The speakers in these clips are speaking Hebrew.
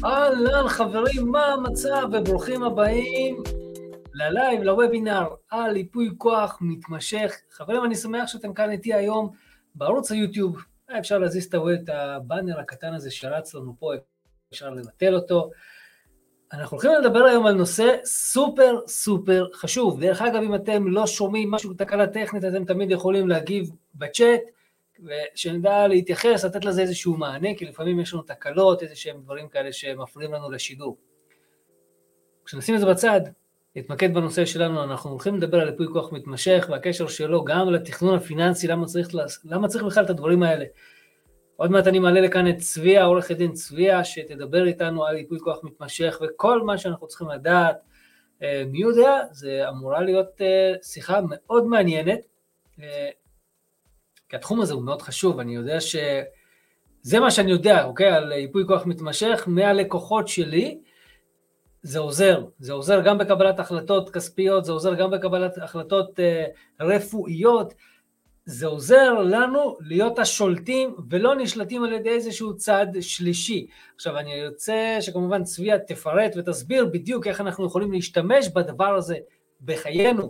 אהלן חברים, מה המצב? וברוכים הבאים ללייב, לוובינר על ייפוי כוח מתמשך. חברים, אני שמח שאתם כאן איתי היום בערוץ היוטיוב. אפשר להזיז את הבאנר הקטן הזה שרץ לנו פה, אפשר לבטל אותו. אנחנו הולכים לדבר היום על נושא סופר סופר חשוב. דרך אגב, אם אתם לא שומעים משהו בתקלה טכנית, אתם תמיד יכולים להגיב בצ'אט, ושנדע להתייחס, לתת לזה איזשהו מענה, כי לפעמים יש לנו תקלות, איזשהם דברים כאלה שמפריעים לנו לשידור. כשנשים את זה בצד, נתמקד בנושא שלנו, אנחנו הולכים לדבר על ייפוי כוח מתמשך, והקשר שלו גם לתכנון הפיננסי, למה צריך בכלל את הדברים האלה. עוד מעט אני מעלה לכאן את צביה, עורכת דין צביה, שתדבר איתנו על ייפוי כוח מתמשך, וכל מה שאנחנו צריכים לדעת, מי יודע, זה אמורה להיות שיחה מאוד מעניינת, כי התחום הזה הוא מאוד חשוב. אני יודע שזה מה שאני יודע, אוקיי, על ייפוי כוח מתמשך, מהלקוחות שלי, זה עוזר גם בקבלת החלטות כספיות, זה עוזר גם בקבלת החלטות רפואיות, זה עוזר לנו להיות השולטים ולא נשלטים על ידי איזשהו צד שלישי. עכשיו אני רוצה שכמובן צביה תפרט ותסביר בדיוק איך אנחנו יכולים להשתמש בדבר הזה בחיינו,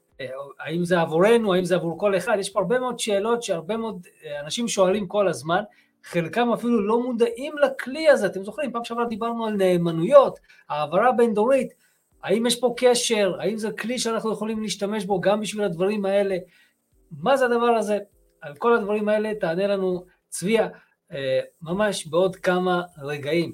האם זה עבורנו, האם זה עבור כל אחד. יש פה הרבה מאוד שאלות שהרבה מאוד אנשים שואלים כל הזמן, חלקם אפילו לא מודעים לכלי הזה. אתם זוכרים, פעם שעברה דיברנו על נאמנויות, העברה בין דורית, האם יש פה קשר, האם זה כלי שאנחנו יכולים להשתמש בו גם בשביל הדברים האלה, מה זה הדבר הזה? על כל הדברים האלה תענה לנו צביה, ממש בעוד כמה רגעים.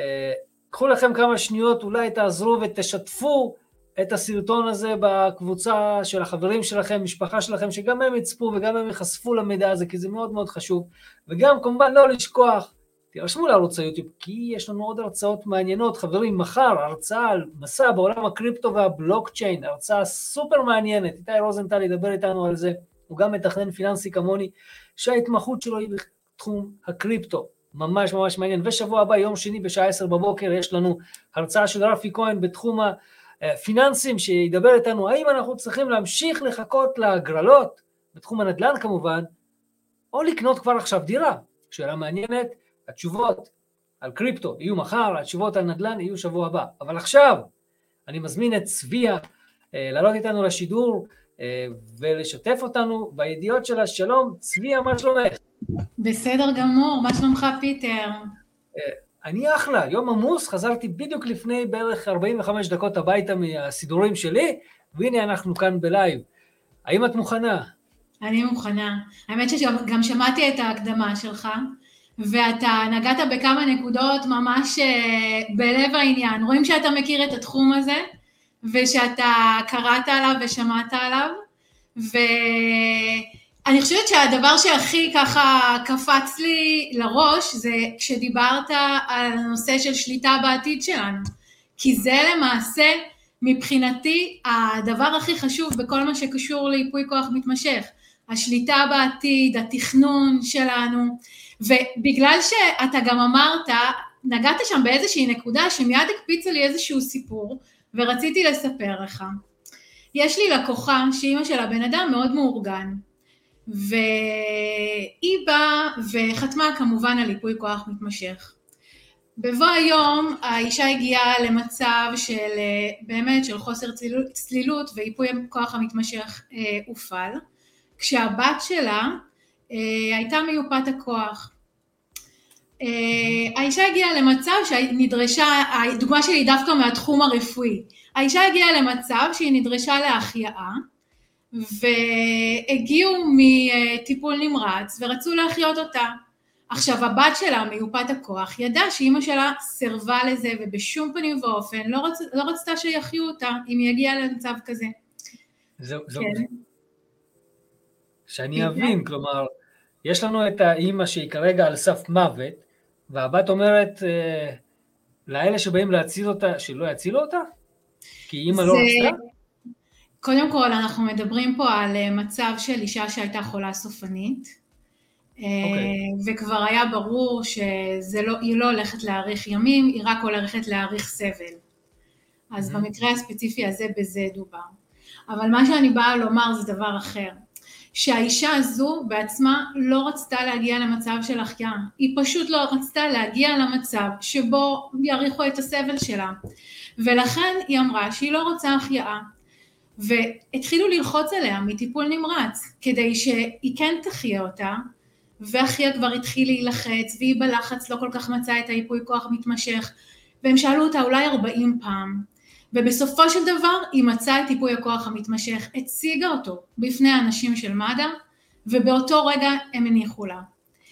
קחו לכם כמה שניות, אולי תעזרו ותשתפו את הסרטון הזה בקבוצה של החברים שלכם, משפחה שלכם, שגם הם יצפו וגם הם יחשפו למידע הזה, כי זה מאוד מאוד חשוב. וגם כמובן לא לשכוח, תירשמו לערוץ היוטיוב, כי יש לנו עוד הרצאות מעניינות. חברים, מחר הרצאה על מסע בעולם הקריפטו והבלוקצ'יין, הרצאה סופר מעניינת, איתי רוזנטל ידבר איתנו על זה, הוא גם מתכנן פיננסי כמוני, שההתמחות שלו היא בתחום הקריפטו, ממש ממש מעניין. ושבוע הבא, יום שני בשעה 10 בבוקר, יש לנו הרצאה של רפי כהן בתחום הפיננסים, שידבר איתנו האם אנחנו צריכים להמשיך לחכות להגרלות, בתחום הנדל"ן כמובן, או לקנות כבר עכשיו דירה. שאלה מעניינת, התשובות על קריפטו יהיו מחר, התשובות על נדל"ן יהיו שבוע הבא. אבל עכשיו, אני מזמין את צביה לעלות איתנו לשידור, ולשתף אותנו בידיעות שלה. שלום, צביה, מה שלומך? בסדר גמור, מה שלומך פיטר? אני אחלה, יום עמוס, חזרתי בדיוק לפני בערך 45 דקות הביתה מהסידורים שלי, והנה אנחנו כאן בלייב. האם את מוכנה? אני מוכנה. האמת שגם שמעתי את ההקדמה שלך, ואתה נגעת בכמה נקודות ממש בלב העניין. רואים שאתה מכיר את התחום הזה, ושאתה קראת עליו ושמעת עליו, ואני חושבת שהדבר שהכי ככה קפץ לי לראש, זה כשדיברת על הנושא של שליטה בעתיד שלנו, כי זה למעשה מבחינתי הדבר הכי חשוב בכל מה שקשור לייפוי כוח מתמשך, השליטה בעתיד, התכנון שלנו, ובגלל שאתה גם אמרת, נגעת שם באיזושהי נקודה שמיד הקפיצה לי איזשהו סיפור, ורציתי לספר לך. יש לי לקוחה שאימא של הבן אדם מאוד מאורגן, והיא באה וחתמה כמובן על ייפוי כוח מתמשך. בבוא היום האישה הגיעה למצב של באמת של חוסר צלילות, וייפוי כוח המתמשך הופעל, כשהבת שלה הייתה מיופת הכוח. האישה הגיעה למצב שנדרשה, הדוגמה שלי דווקא מהתחום הרפואי, האישה הגיעה למצב שהיא נדרשה להחייאה, והגיעו מטיפול נמרץ ורצו להחיות אותה. עכשיו הבת שלה מיופת הכוח ידעה שאמא שלה סרבה לזה, ובשום פנים ואופן לא רצתה שיחיו אותה אם היא הגיעה למצב כזה. זהו. שאני אבין, כלומר, יש לנו את האמא שהיא כרגע על סף מוות, והבת אומרת לאלה שבאים להציל אותה, שלא יצילו אותה? כי אמא לא רצתה? קודם כל, אנחנו מדברים פה על מצב של אישה שהייתה חולה סופנית, וכבר היה ברור שהיא לא הולכת להאריך ימים, היא רק הולכת להאריך סבל. אז במקרה הספציפי הזה בזה דובר. אבל מה שאני באה לומר זה דבר אחר. שהאישה הזו בעצמה לא רצתה להגיע למצב של החייאה, היא פשוט לא רצתה להגיע למצב שבו יריחו את הסבל שלה, ולכן היא אמרה שהיא לא רוצה החייאה, והתחילו ללחוץ עליה מטיפול נמרץ, כדי שהיא כן תחיה אותה, ואחיה כבר התחיל להילחץ, והיא בלחץ לא כל כך מצאה את היפוי כוח מתמשך, והם שאלו אותה אולי 40 פעם, ובסופו של דבר היא מצאה את טיפוי הכוח המתמשך, הציגה אותו בפני האנשים של מד"א, ובאותו רגע הם הניחו לה.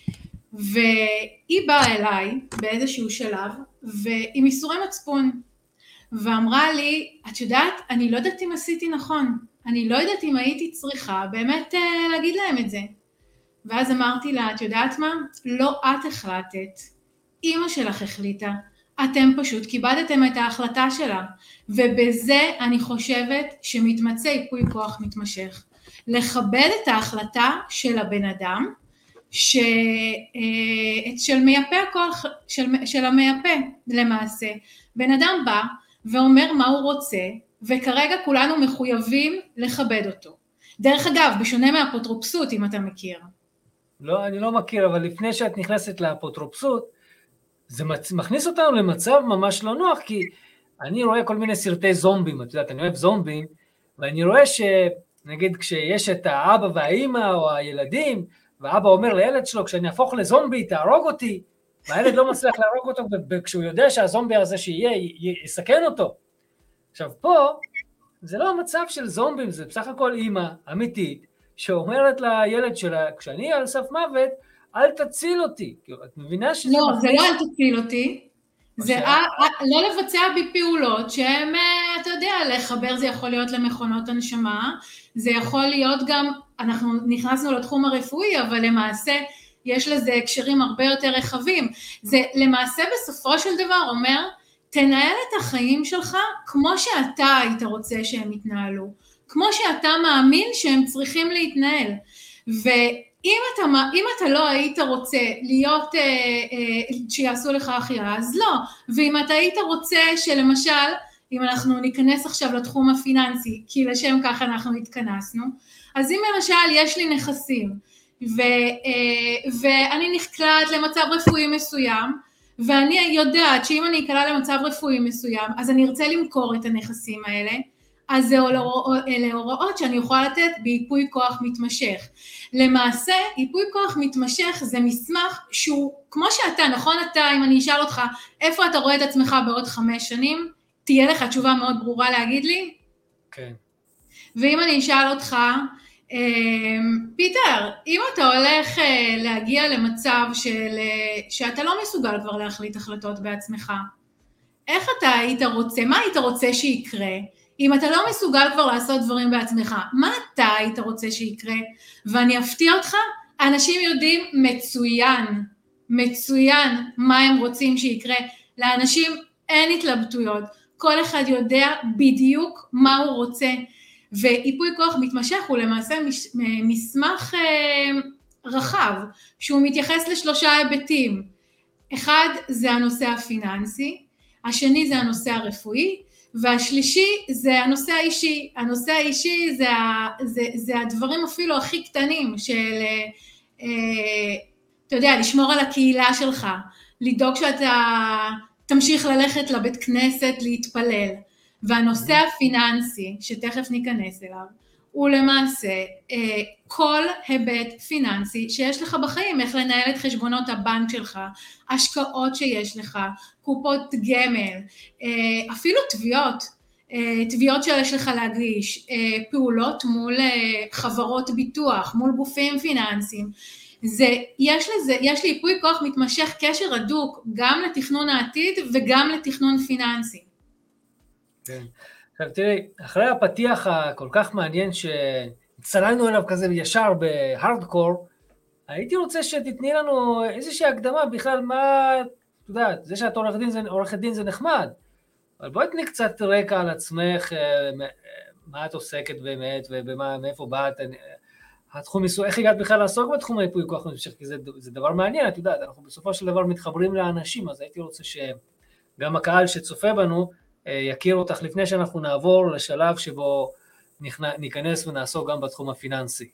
והיא באה אליי באיזשהו שלב, ועם איסורי מצפון, ואמרה לי, את יודעת, אני לא יודעת אם עשיתי נכון, אני לא יודעת אם הייתי צריכה באמת להגיד להם את זה. ואז אמרתי לה, את יודעת מה? לא את החלטת, אמא שלך החליטה, אתם פשוט כיבדתם את ההחלטה שלה, ובזה אני חושבת שמתמצא ייפוי כוח מתמשך. לכבד את ההחלטה של הבן אדם, של מייפה הכוח, של המייפה למעשה. בן אדם בא ואומר מה הוא רוצה, וכרגע כולנו מחויבים לכבד אותו. דרך אגב, בשונה מהאפוטרופסות, אם אתה מכיר. לא, אני לא מכיר, אבל לפני שאת נכנסת לאפוטרופסות, זה מכניס אותנו למצב ממש לא נוח, כי אני רואה כל מיני סרטי זומבים, את יודעת, אני אוהב זומבים, ואני רואה שנגיד כשיש את האבא והאימא או הילדים, והאבא אומר לילד שלו, כשאני אהפוך לזומבי, תהרוג אותי, והילד לא מצליח להרוג אותו, וכשהוא יודע שהזומבי הזה שיהיה, יסכן אותו. עכשיו פה, זה לא המצב של זומבים, זה בסך הכל אימא אמיתית, שאומרת לילד שלה, כשאני על סף מוות, אל תציל אותי. את מבינה שזה לא, זה לא אל תציל אותי, זה לא לבצע בי פעולות שהם, אתה יודע, לחבר זה יכול להיות למכונות הנשמה, זה יכול להיות גם, אנחנו נכנסנו לתחום הרפואי, אבל למעשה יש לזה הקשרים הרבה יותר רחבים. זה למעשה בסופו של דבר אומר, תנהל את החיים שלך כמו שאתה היית רוצה שהם יתנהלו, כמו שאתה מאמין שהם צריכים להתנהל. ואם אתה לא היית רוצה להיות, שיעשו לך החייאה, אז לא. ואם אתה היית רוצה שלמשל, אם אנחנו ניכנס עכשיו לתחום הפיננסי, כי לשם כך אנחנו התכנסנו, אז אם למשל יש לי נכסים, ואני נקלעת למצב רפואי מסוים, ואני יודעת שאם אני אקלע למצב רפואי מסוים, אז אני ארצה למכור את הנכסים האלה, אז אלה הוראות שאני יכולה לתת בייפוי כוח מתמשך. למעשה, ייפוי כוח מתמשך זה מסמך שהוא, כמו שאתה, נכון אתה, אם אני אשאל אותך, איפה אתה רואה את עצמך בעוד 5 שנים, תהיה לך תשובה מאוד ברורה להגיד לי? כן. ואם אני אשאל אותך, פיטר, אם אתה הולך להגיע למצב שאתה לא מסוגל כבר להחליט החלטות בעצמך, איך אתה היית רוצה, מה היית רוצה שיקרה? אם אתה לא מסוגל כבר לעשות דברים בעצמך, מה אתה היית רוצה שיקרה? ואני אפתיע אותך, אנשים יודעים מצוין מה הם רוצים שיקרה. לאנשים אין התלבטויות, כל אחד יודע בדיוק מה הוא רוצה. וייפוי כוח מתמשך הוא למעשה מסמך רחב, שהוא מתייחס ל3 היבטים. אחד זה הנושא הפיננסי, השני זה הנושא הרפואי, והשלישי זה הנושא האישי. הנושא האישי זה הדברים אפילו הכי קטנים של, אתה יודע, לשמור על הקהילה שלך, לדאוג שאתה תמשיך ללכת לבית כנסת להתפלל. והנושא הפיננסי, שתכף ניכנס אליו, הוא למעשה כל היבט פיננסי שיש לך בחיים, איך לנהל את חשבונות הבנק שלך, השקעות שיש לך, קופות גמל, אפילו תביעות שיש לך להגיש, פעולות מול חברות ביטוח, מול גופים פיננסיים. יש לי ייפוי כוח מתמשך קשר הדוק גם לתכנון העתיד וגם לתכנון פיננסי. כן. עכשיו תראי, אחרי הפתיח הכל כך מעניין שהצטללנו אליו כזה ישר בהארדקור, הייתי רוצה שתתני לנו איזושהי הקדמה בכלל מה, אתה יודעת, זה שאת עורכת דין זה נחמד, אבל בואי תני קצת רקע על עצמך, מה את עוסקת באמת ומאיפה באת, התחום, איך הגעת בכלל לעסוק בתחום היפוי כוח מתמשך, כי זה דבר מעניין, את יודעת, אנחנו בסופו של דבר מתחברים לאנשים, אז הייתי רוצה שגם הקהל שצופה בנו, יכיר אותך לפני שאנחנו נעבור לשלב שבו ניכנס ונעסוק גם בתחום הפיננסי.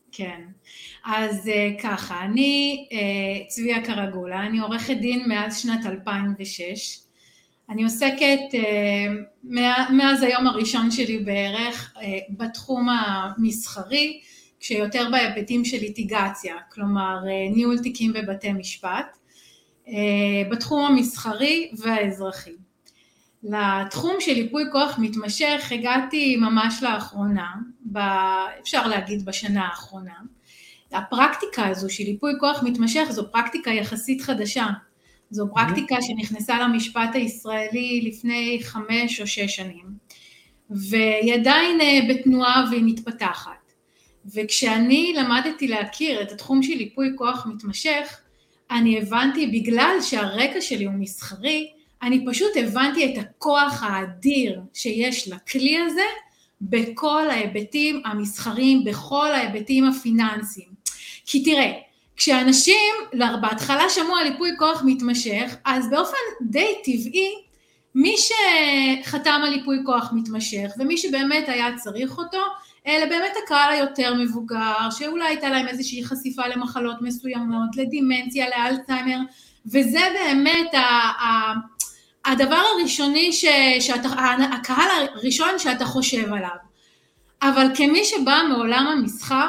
כן. אז ככה, אני צביה קרגולה, אני עורכת דין מאז שנת 2006. אני עוסקת מאז היום הראשון שלי בערך בתחום המסחרי, כשיותר בהיבטים של ליטיגציה, כלומר ניהול תיקים בבתי משפט, בתחום המסחרי והאזרחי. לתחום של ייפוי כוח מתמשך הגעתי ממש לאחרונה, אפשר להגיד בשנה האחרונה. הפרקטיקה הזו של ייפוי כוח מתמשך זו פרקטיקה יחסית חדשה, זו פרקטיקה שנכנסה למשפט הישראלי לפני 5 או 6 שנים, והיא עדיין בתנועה והיא מתפתחת. וכשאני למדתי להכיר את התחום של ייפוי כוח מתמשך, אני הבנתי, בגלל שהרקע שלי הוא מסחרי, אני פשוט הבנתי את הכוח האדיר שיש לכלי הזה, בכל ההיבטים המסחריים, בכל ההיבטים הפיננסיים. כי תראה, כשאנשים בהתחלה שמעו על ייפוי כוח מתמשך, אז באופן די טבעי, מי שחתם על ייפוי כוח מתמשך, ומי שבאמת היה צריך אותו, אלה באמת הקהל היותר מבוגר, שאולי הייתה להם איזושהי חשיפה למחלות מסוימות, לדימנציה, לאלצהיימר, וזה באמת הדבר הראשוני, הקהל הראשון שאתה חושב עליו. אבל כמי שבא מעולם המסחר,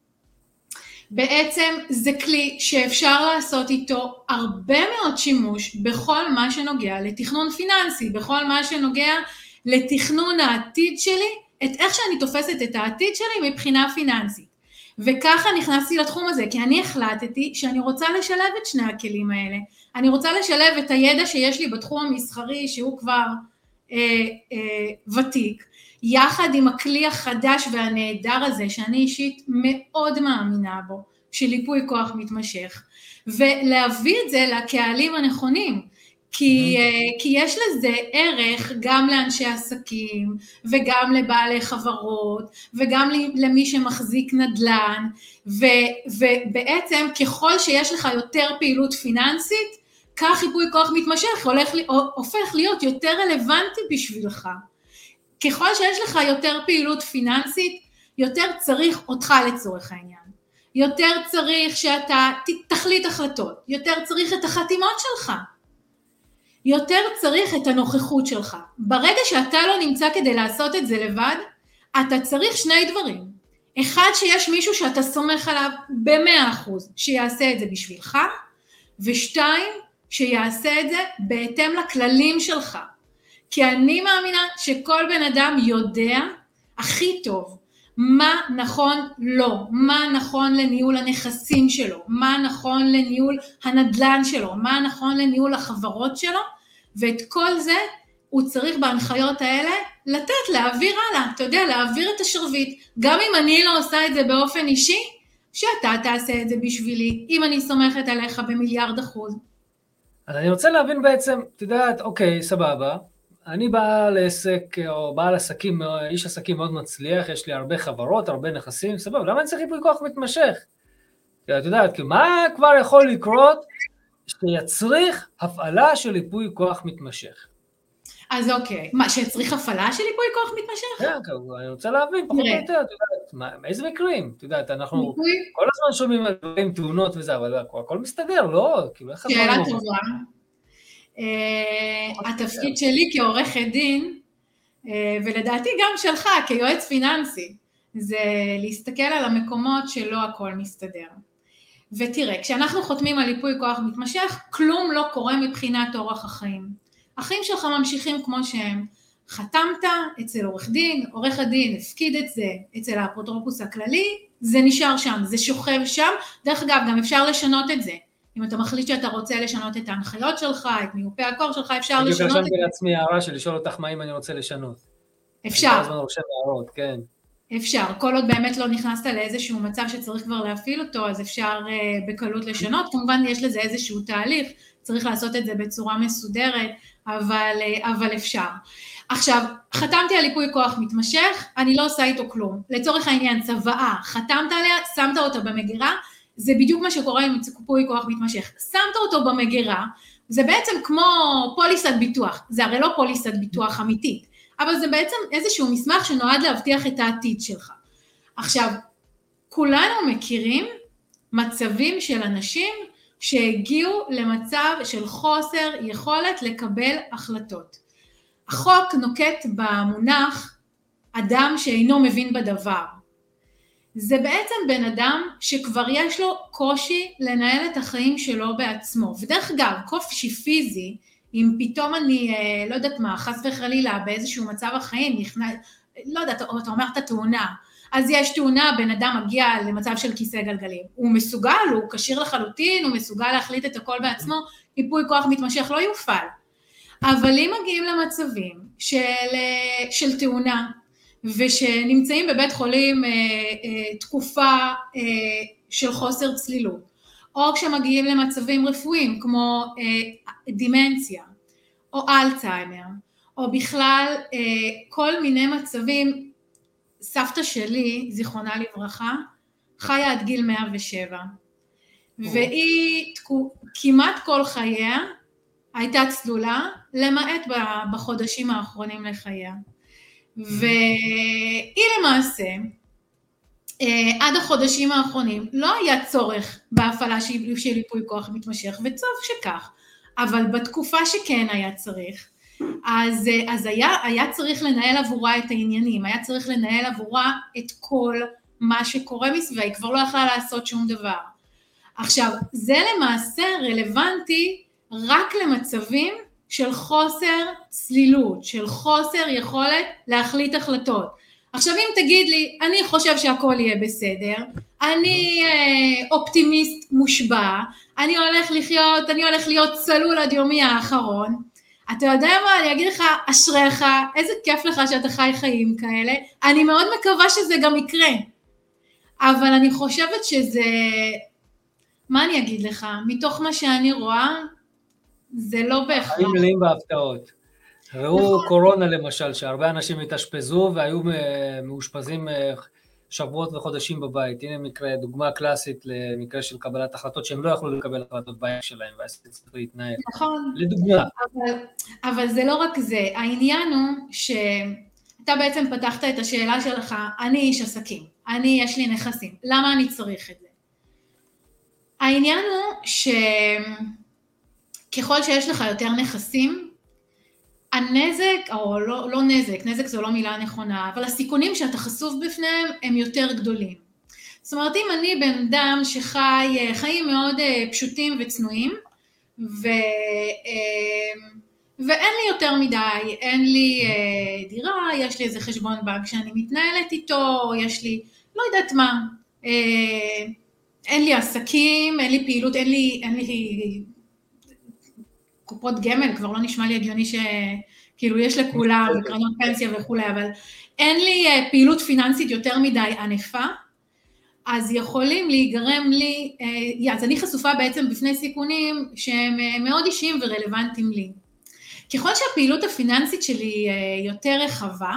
בעצם זה כלי שאפשר לעשות איתו הרבה מאוד שימוש בכל מה שנוגע לתכנון פיננסי, בכל מה שנוגע לתכנון העתיד שלי, את איך שאני תופסת את העתיד שלי מבחינה פיננסית. וככה נכנסתי לתחום הזה, כי אני החלטתי שאני רוצה לשלב את שני הכלים האלה. אני רוצה לשלב את הידע שיש לי בתחום המסחרי, שהוא כבר ותיק, יחד עם הכלי החדש והנהדר הזה, שאני אישית מאוד מאמינה בו, של ייפוי כוח מתמשך, ולהביא את זה לקהלים הנכונים, כי יש לזה ערך גם לאנשי עסקים, וגם לבעלי חברות, וגם למי שמחזיק נדל"ן, ובעצם ככל שיש לך יותר פעילות פיננסית, כך ייפוי כוח מתמשך הופך להיות יותר רלוונטי בשבילך. ככל שיש לך יותר פעילות פיננסית, יותר צריך אותך לצורך העניין. יותר צריך שאתה תחליט החלטות, יותר צריך את החתימות שלך, יותר צריך את הנוכחות שלך. ברגע שאתה לא נמצא כדי לעשות את זה לבד, אתה צריך 2 דברים. אחד, שיש מישהו שאתה סומך עליו ב100% שיעשה את זה בשבילך, ו2, שיעשה את זה בהתאם לכללים שלך. כי אני מאמינה שכל בן אדם יודע הכי טוב מה נכון לו, מה נכון לניהול הנכסים שלו, מה נכון לניהול הנדל"ן שלו, מה נכון לניהול החברות שלו, ואת כל זה הוא צריך בהנחיות האלה לתת, להעביר הלאה, אתה יודע, להעביר את השרביט, גם אם אני לא עושה את זה באופן אישי, שאתה תעשה את זה בשבילי, אם אני סומכת עליך ב1,000,000,000%. אז אני רוצה להבין בעצם, אתה יודעת, אוקיי, סבבה, אני בעל עסק או בעל עסקים, איש עסקים מאוד מצליח, יש לי הרבה חברות, הרבה נכסים, סבבה, למה אני צריך ייפוי כוח מתמשך? אתה יודעת, מה כבר יכול לקרות שיצריך הפעלה של ייפוי כוח מתמשך? אז אוקיי, מה, שצריך הפעלה של ייפוי כוח מתמשך? כן, אני רוצה להבין, פחות או יותר, את יודעת, איזה מקרים? את יודעת, אנחנו כל הזמן שומעים על דברים, תאונות וזה, אבל הכל מסתדר, לא? שאלה טובה. התפקיד שלי כעורכת דין, ולדעתי גם שלך כיועץ פיננסי, זה להסתכל על המקומות שלא הכל מסתדר. ותראה, כשאנחנו חותמים על ייפוי כוח מתמשך, כלום לא קורה מבחינת אורח החיים. החיים שלך ממשיכים כמו שהם. חתמת אצל עורך הדין הפקיד את זה אצל האפוטרופוס הכללי, זה נשאר שם, זה שוכב שם. דרך אגב, גם אפשר לשנות את זה. אם אתה מחליט שאתה רוצה לשנות את ההנחיות שלך, את מיופי הקור שלך, אפשר לשנות את זה. בדיוק לעצמי הערה של לשאול אותך מה אם אני רוצה לשנות. אפשר. אני הזמן רושם הערות, כן. אפשר, כל עוד באמת לא נכנסת לאיזשהו מצב שצריך כבר להפעיל אותו, אז אפשר בקלות לשנות, כמובן יש לזה איזשהו תהליך, צריך לעשות את זה בצורה מסודרת, אבל אפשר. עכשיו, חתמתי על ייפוי כוח מתמשך, אני לא עושה איתו כלום, לצורך העניין צוואה, חתמת עליה, שמת אותה במגירה, זה בדיוק מה שקורה עם ייפוי כוח מתמשך, שמת אותו במגירה, זה בעצם כמו פוליסת ביטוח, זה הרי לא פוליסת ביטוח אמיתית, אבל זה בעצם איזשהו מסמך שנועד להבטיח את העתיד שלך. עכשיו, כולנו מכירים מצבים של אנשים שהגיעו למצב של חוסר יכולת לקבל החלטות. החוק נוקט במונח אדם שאינו מבין בדבר. זה בעצם בן אדם שכבר יש לו קושי לנהל את החיים שלו בעצמו. ודרך אגב, קושי פיזי, אם פתאום אני, לא יודעת מה, חס וחלילה באיזשהו מצב החיים, לא יודעת, או אתה אומר את התאונה, אז יש תאונה, בן אדם מגיע למצב של כיסא גלגלים. הוא מסוגל, הוא כשיר לחלוטין, הוא מסוגל להחליט את הכל בעצמו, ייפוי כוח מתמשך לא יופעל. אבל אם מגיעים למצבים של תאונה, ושנמצאים בבית חולים תקופה של חוסר צלילות, או כשמגיעים למצבים רפואיים כמו דימנציה, או אלצהיימר, או בכלל כל מיני מצבים, סבתא שלי, זיכרונה לברכה, חיה עד גיל 107, והיא כמעט כל חייה הייתה צלולה, למעט בחודשים האחרונים לחייה. והיא למעשה, עד החודשים האחרונים, לא היה צורך בהפעלה של ייפוי כוח מתמשך, וטוב שכך, אבל בתקופה שכן היה צריך, אז היה צריך לנהל עבורה את העניינים, היה צריך לנהל עבורה את כל מה שקורה מסביבה, היא כבר לא יכלה לעשות שום דבר. עכשיו, זה למעשה רלוונטי רק למצבים של חוסר צלילות, של חוסר יכולת להחליט החלטות. עכשיו אם תגיד לי, אני חושב שהכל יהיה בסדר, אני אופטימיסט מושבע, אני הולך להיות צלול עד יומי האחרון, אתה יודע מה, אני אגיד לך, אשריך, איזה כיף לך שאתה חי חיים כאלה, אני מאוד מקווה שזה גם יקרה, אבל אני חושבת שזה, מה אני אגיד לך, מתוך מה שאני רואה, זה לא בהכרח. היו מלאים בהפתעות. ראו קורונה למשל, שהרבה אנשים התאשפזו והיו מאושפזים שבועות וחודשים בבית. הנה מקרה, דוגמה קלאסית למקרה של קבלת החלטות, שהם לא יכלו לקבל החלטות בעיה שלהם, והעסק צריך להתנהל. נכון. לדוגמה. אבל זה לא רק זה. העניין הוא שאתה בעצם פתחת את השאלה שלך, אני איש עסקים, יש לי נכסים, למה אני צריך את זה? העניין הוא שככל שיש לך יותר נכסים, הנזק, או לא נזק, נזק זו לא מילה נכונה, אבל הסיכונים שאתה חשוף בפניהם הם יותר גדולים. זאת אומרת, אם אני בן אדם שחי חיים מאוד פשוטים וצנועים, ואין לי יותר מדי, אין לי דירה, יש לי איזה חשבון בנק שאני מתנהלת איתו, יש לי, לא יודעת מה, אין לי עסקים, אין לי פעילות, אין לי קופות גמל, כבר לא נשמע לי הגיוני שכאילו יש לכולם, וקרנות פנסיה וכו', אבל אין לי פעילות פיננסית יותר מדי ענפה, אז יכולים להיגרם לי, אז אני חשופה בעצם בפני סיכונים שהם מאוד אישיים ורלוונטיים לי. ככל שהפעילות הפיננסית שלי יותר רחבה,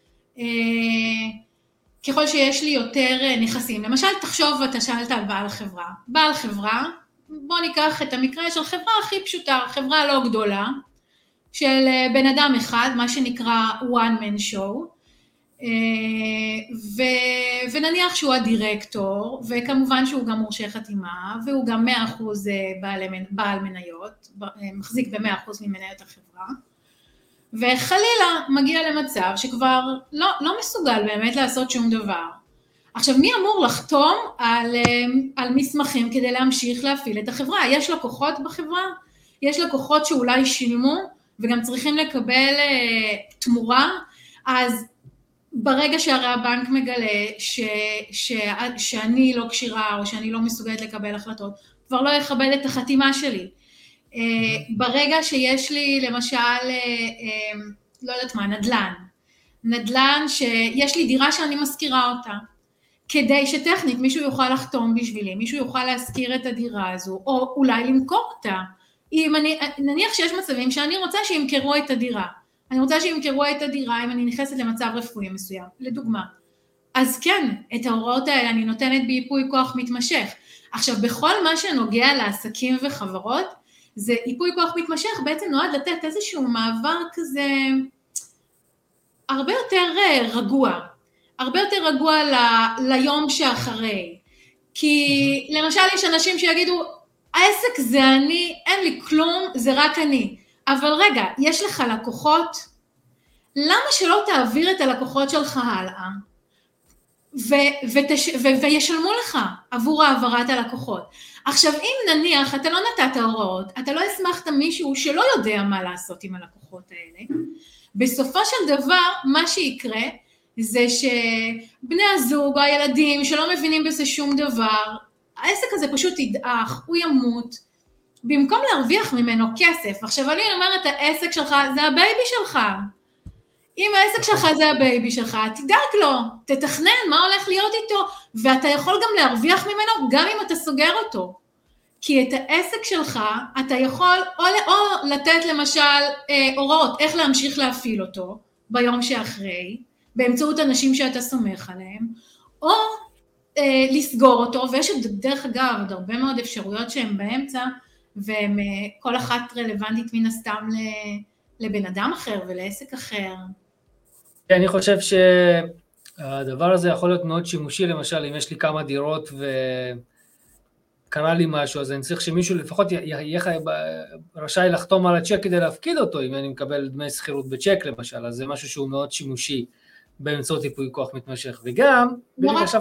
ככל שיש לי יותר נכסים, למשל תחשוב, אתה שאלת על בעל חברה, בעל חברה, בוא ניקח את המקרה של חברה הכי פשוטה, חברה לא גדולה, של בן אדם אחד, מה שנקרא one man show, ונניח שהוא הדירקטור, וכמובן שהוא גם מורשה חתימה, והוא גם 100% בעל מניות, מחזיק ב100% ממניות החברה, וחלילה מגיע למצב שכבר לא מסוגל באמת לעשות שום דבר. עכשיו, מי אמור לחתום על מסמכים כדי להמשיך להפעיל את החברה? יש לקוחות בחברה? יש לקוחות שאולי שילמו וגם צריכים לקבל תמורה? אז ברגע שהרי הבנק מגלה שאני לא קשירה או שאני לא מסוגלת לקבל החלטות, כבר לא יכבד את החתימה שלי. ברגע שיש לי למשל, לא יודעת מה, נדל"ן שיש לי דירה שאני מזכירה אותה, כדי שטכנית מישהו יוכל לחתום בשבילי, מישהו יוכל להזכיר את הדירה הזו, או אולי למכור אותה. נניח שיש מצבים שאני רוצה שימכרו את הדירה, אני רוצה שימכרו את הדירה אם אני נכנסת למצב רפואי מסוים, לדוגמה. אז כן, את ההוראות האלה אני נותנת בייפוי כוח מתמשך. עכשיו, בכל מה שנוגע לעסקים וחברות, זה ייפוי כוח מתמשך בעצם נועד לתת איזשהו מעבר כזה הרבה יותר רגוע. הרבה יותר רגוע ליום שאחרי. כי למשל יש אנשים שיגידו, העסק זה אני, אין לי כלום, זה רק אני. אבל רגע, יש לך לקוחות? למה שלא תעביר את הלקוחות שלך הלאה? וישלמו לך עבור העברת הלקוחות. עכשיו, אם נניח אתה לא נתת הוראות, אתה לא הסמכת מישהו שלא יודע מה לעשות עם הלקוחות האלה, בסופו של דבר, מה שיקרה, זה שבני הזוג או הילדים שלא מבינים בזה שום דבר, העסק הזה פשוט ידעך, הוא ימות, במקום להרוויח ממנו כסף. עכשיו אני אומרת, העסק שלך זה הבייבי שלך. אם העסק שלך זה הבייבי שלך, תדאג לו, תתכנן מה הולך להיות איתו, ואתה יכול גם להרוויח ממנו גם אם אתה סוגר אותו. כי את העסק שלך אתה יכול או לתת למשל הוראות איך להמשיך להפעיל אותו ביום שאחרי, באמצעות אנשים שאתה סומך עליהם, או לסגור אותו, ויש דרך אגב עוד הרבה מאוד אפשרויות שהן באמצע, והן כל אחת רלוונטית מן הסתם לבן אדם אחר ולעסק אחר. אני חושב שהדבר הזה יכול להיות מאוד שימושי, למשל אם יש לי כמה דירות וקרה לי משהו, אז אני צריך שמישהו לפחות יהיה רשאי לחתום על הצ'ק כדי להפקיד אותו, אם אני מקבל דמי שכירות בצ'ק למשל, אז זה משהו שהוא מאוד שימושי באמצעות ייפוי כוח מתמשך. וגם, בדיוק עכשיו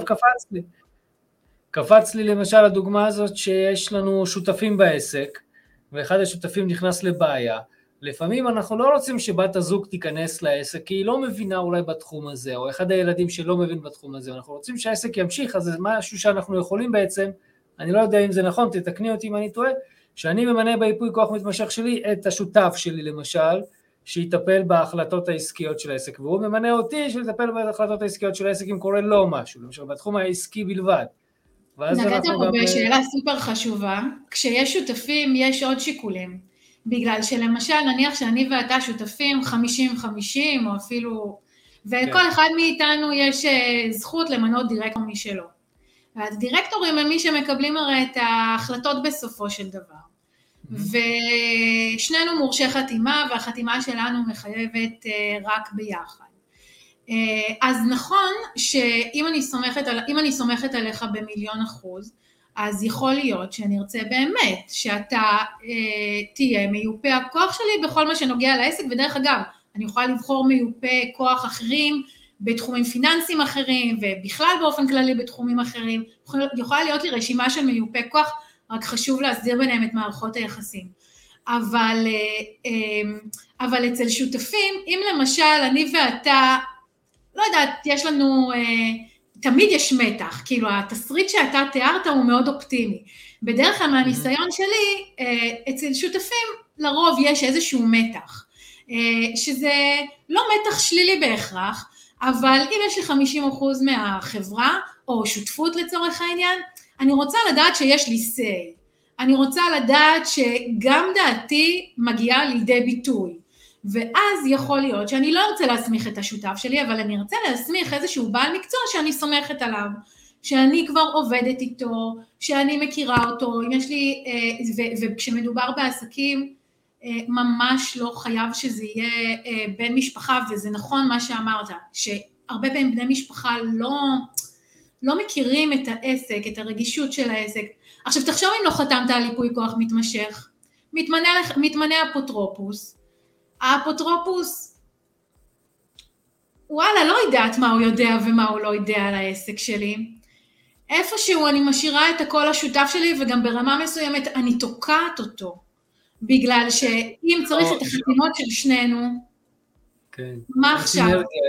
קפץ לי למשל הדוגמה הזאת שיש לנו שותפים בעסק, ואחד השותפים נכנס לבעיה, לפעמים אנחנו לא רוצים שבת הזוג תיכנס לעסק, כי היא לא מבינה אולי בתחום הזה, או אחד הילדים שלא מבין בתחום הזה, אנחנו רוצים שהעסק ימשיך, אז זה משהו שאנחנו יכולים בעצם, אני לא יודע אם זה נכון, תתקני אותי אם אני טועה, שאני ממנה בייפוי כוח מתמשך שלי את השותף שלי למשל, שיטפל בהחלטות העסקיות של העסק, והוא ממנה אותי שיטפל בהחלטות העסקיות של העסק אם קורה לו משהו, למשל בתחום העסקי בלבד. נגעת פה בשאלה סופר חשובה, כשיש שותפים יש עוד שיקולים, בגלל שלמשל נניח שאני ואתה שותפים 50-50 או אפילו, וכל אחד מאיתנו יש זכות למנות דירקטור משלו. והדירקטורים הם מי שמקבלים הרי את ההחלטות בסופו של דבר. ושנינו מורשי חתימה, והחתימה שלנו מחייבת רק ביחד. אז נכון שאם אני סומכת עליך ב1,000,000%, אז יכול להיות שאני ארצה באמת שאתה תהיה מיופה הכוח שלי בכל מה שנוגע לעסק, ודרך אגב, אני יכולה לבחור מיופה כוח אחרים בתחומים פיננסיים אחרים, ובכלל באופן כללי בתחומים אחרים, יכולה להיות לי רשימה של מיופה כוח, רק חשוב להסדיר ביניהם את מערכות היחסים. אבל אצל שותפים, אם למשל אני ואתה, לא יודעת, יש לנו, תמיד יש מתח, כאילו התסריט שאתה תיארת הוא מאוד אופטימי. בדרך כלל מהניסיון שלי, אצל שותפים לרוב יש איזשהו מתח, שזה לא מתח שלילי בהכרח, אבל אם יש לי 50% מהחברה, או שותפות לצורך העניין, אני רוצה לדעת שיש לי say. אני רוצה לדעת שגם דעתי מגיעה לידי ביטוי. ואז יכול להיות שאני לא ארצה להסמיך את השותף שלי, אבל אני ארצה להסמיך איזשהו בעל מקצוע שאני סומכת עליו, שאני כבר עובדת איתו, שאני מכירה אותו, אם יש לי, וכשמדובר בעסקים, ממש לא חייב שזה יהיה בן משפחה, וזה נכון מה שאמרת, שהרבה פעמים בני משפחה לא מכירים את העסק, את הרגישות של העסק. עכשיו תחשוב אם לא חתמת על ייפוי כוח מתמשך, מתמנה אפוטרופוס, האפוטרופוס, וואלה, לא יודעת מה הוא יודע ומה הוא לא יודע על העסק שלי, איפשהו אני משאירה את הכל השותף שלי, וגם ברמה מסוימת אני תוקעת אותו, בגלל שאם צריך את החתימות של שנינו, מה עכשיו?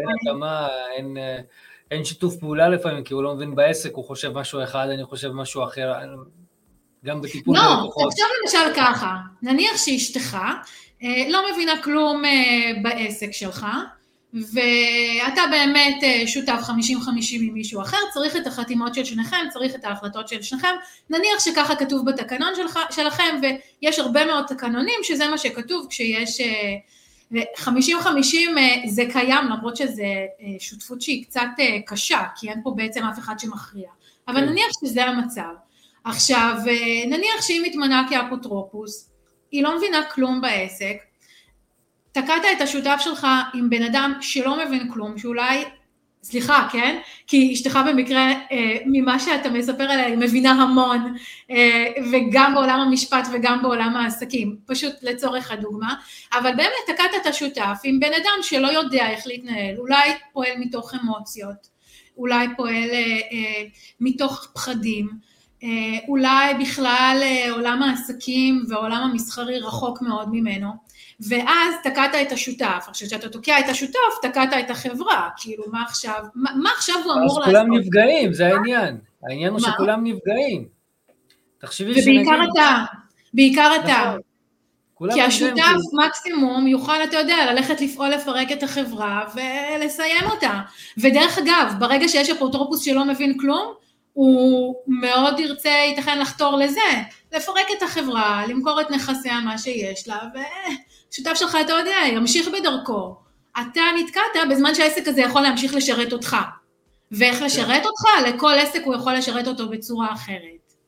אין שיתוף פעולה לפעמים, כי הוא לא מבין בעסק, הוא חושב משהו אחד, אני חושב משהו אחר, גם בטיפול בלקוחות. לא, תחשוב למשל ככה, נניח שאשתך לא מבינה כלום בעסק שלך, ואתה באמת שותף 50-50 עם מישהו אחר, צריך את החתימות של שניכם, צריך את ההחלטות של שניכם, נניח שככה כתוב בתקנון שלכם, ויש הרבה מאוד תקנונים שזה מה שכתוב כשיש 50-50 זה קיים, למרות שזה שותפות שהיא קצת קשה, כי אין פה בעצם אף אחד שמכריע, אבל נניח שזה המצב. עכשיו, נניח שהיא מתמנה כאפוטרופוס, היא לא מבינה כלום בעסק, תקעת את השותף שלך עם בן אדם שלא מבין כלום, שאולי סליחה, כן? כי אשתך במקרה, ממה שאתה מספר עליה, היא מבינה המון, וגם בעולם המשפט וגם בעולם העסקים, פשוט לצורך הדוגמה, אבל באמת תקעת את השותף עם בן אדם שלא יודע איך להתנהל, אולי פועל מתוך אמוציות, אולי פועל מתוך פחדים, אולי בכלל עולם העסקים ועולם המסחרי רחוק מאוד ממנו, ואז תקעת את השותף. עכשיו שאתה תוקע את השותף, תקעת את החברה, כאילו מה עכשיו הוא אמור לעשות? אז כולם נפגעים, זה העניין. העניין הוא שכולם נפגעים. תחשבי ובעיקר בעיקר אתה. כי השותף מקסימום יוכל, אתה יודע, ללכת לפעול לפרק את החברה ולסיים אותה. ודרך אגב, ברגע שיש אפוטרופוס שלא מבין כלום, הוא מאוד ירצה, ייתכן לחתור לזה, לפרק את החברה, למכור את נכסיה מה שיש לה, ושותף שלך, אתה יודע, ימשיך בדרכו. אתה נתקעת בזמן שהעסק הזה יכול להמשיך לשרת אותך. ואיך לשרת אותך? לכל עסק הוא יכול לשרת אותו בצורה אחרת.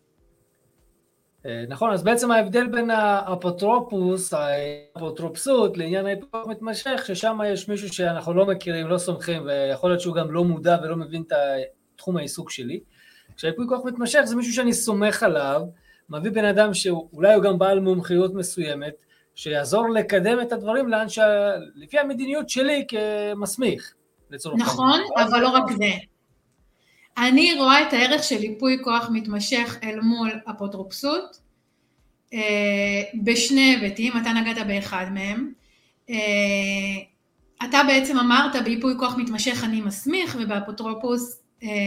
נכון, אז בעצם ההבדל בין האפוטרופסות לעניין ההיפוך מתמשך, ששם יש מישהו שאנחנו לא מכירים, לא סומכים, ויכול להיות שהוא גם לא מודע ולא מבין את תחום העיסוק שלי. כשהייפוי כוח מתמשך זה מישהו שאני סומך עליו, מביא בן אדם שאולי הוא גם בעל מומחיות מסוימת, שיעזור לקדם את הדברים לאן לפי המדיניות שלי כמסמיך. נכון, אבל לא רק זה. אני רואה את הערך של ייפוי כוח מתמשך אל מול אפוטרופסות, בשני היבטים, אתה נגעת באחד מהם. אתה בעצם אמרת בייפוי כוח מתמשך אני מסמיך, ובאפוטרופוס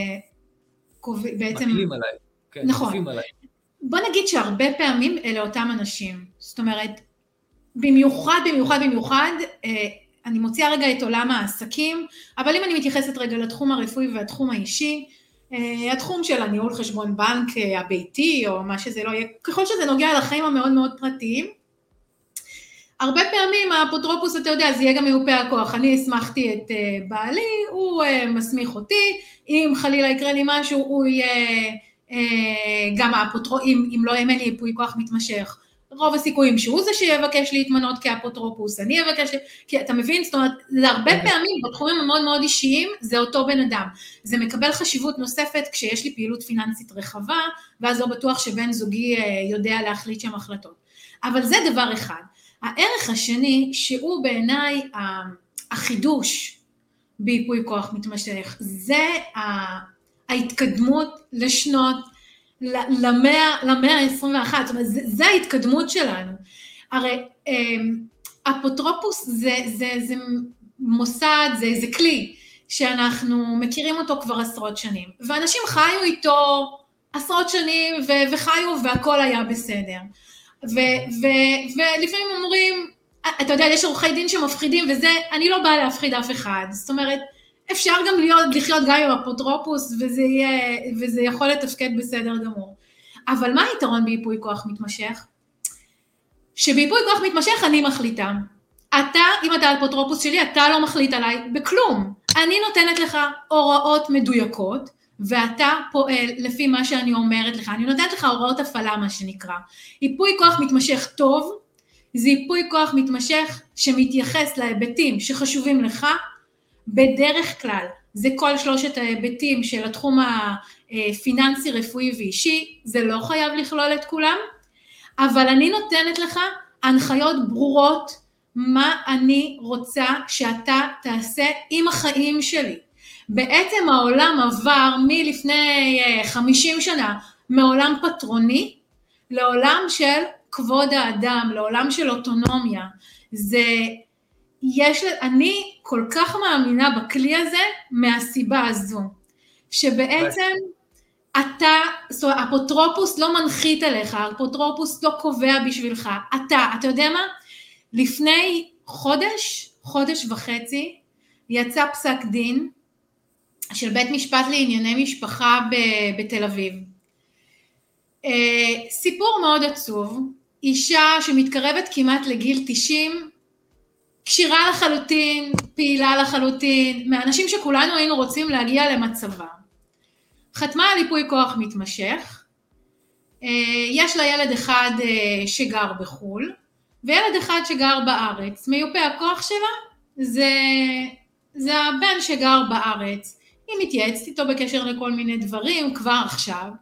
בעצם... מקלים עליי. כן, נכון. עליי. בוא נגיד שהרבה פעמים אלה אותם אנשים. זאת אומרת, במיוחד, אני מוציאה רגע את עולם העסקים, אבל אם אני מתייחסת רגע לתחום הרפואי והתחום האישי, התחום של הניהול חשבון בנק הביתי, או מה שזה לא יהיה, ככל שזה נוגע לחיים המאוד מאוד פרטיים, הרבה פעמים האפוטרופוס, אתה יודע, זה יהיה גם מיופה הכוח, אני הסמכתי את בעלי, הוא מסמיך אותי, אם חלילה יקרה לי משהו, הוא יהיה גם האפוטרופוס, אם לא יהיה לי ייפוי כוח מתמשך, רוב הסיכויים שהוא זה שיבקש להתמנות כאפוטרופוס, אני אבקש, כי אתה מבין, זאת אומרת, להרבה פעמים בתחומים המאוד מאוד אישיים, זה אותו בן אדם. זה מקבל חשיבות נוספת כשיש לי פעילות פיננסית רחבה, ואז לא בטוח שבן זוגי יודע להחליט שם החלטות. אבל זה דבר אחד. הערך השני, שהוא בעיניי החידוש בייפוי כוח מתמשך, זה ההתקדמות לשנות, למאה ה-21, זאת אומרת, זה ההתקדמות שלנו. הרי אפוטרופוס זה מוסד, זה כלי שאנחנו מכירים אותו כבר עשרות שנים, ואנשים חיו איתו עשרות שנים וחיו והכל היה בסדר. ולפעמים אומרים, אתה יודע, יש עורכי דין שמפחידים וזה, אני לא באה להפחיד אף אחד, זאת אומרת, אפשר גם לחיות גם עם אפוטרופוס, וזה יכול לתפקד בסדר גמור. אבל מה היתרון בייפוי כוח מתמשך? שבייפוי כוח מתמשך אני מחליטה. אם אתה אפוטרופוס שלי, אתה לא מחליט עליי בכלום. אני נותנת לך הוראות מדויקות, ואתה פועל לפי מה שאני אומרת לך. אני נותנת לך הוראות הפעלה, מה שנקרא. ייפוי כוח מתמשך טוב, זה ייפוי כוח מתמשך שמתייחס להיבטים שחשובים לך, בדרך כלל, זה כל שלושת ההיבטים של התחום הפיננסי, רפואי ואישי, זה לא חייב לכלול את כולם, אבל אני נותנת לך הנחיות ברורות, מה אני רוצה שאתה תעשה עם החיים שלי. בעצם העולם עבר מלפני 50 שנה, מעולם פטרוני, לעולם של כבוד האדם, לעולם של אוטונומיה. אני כל כך מאמינה בכלי הזה מהסיבה הזו, שבעצם אפוטרופוס לא מנחית עליך, אפוטרופוס לא קובע בשבילך, אתה יודע מה? לפני חודש וחצי, יצא פסק דין של בית משפט לענייני משפחה בתל אביב. סיפור מאוד עצוב, אישה שמתקרבת כמעט לגיל 90, קשירה לחלוטין, פעילה לחלוטין, מאנשים שכולנו היינו רוצים להגיע למצבה. חתמה על ייפוי כוח מתמשך, יש לה ילד אחד שגר בחול, וילד אחד שגר בארץ. מיופה הכוח שלה זה הבן שגר בארץ. היא מתייעצת איתו בקשר לכל מיני דברים, כבר עכשיו.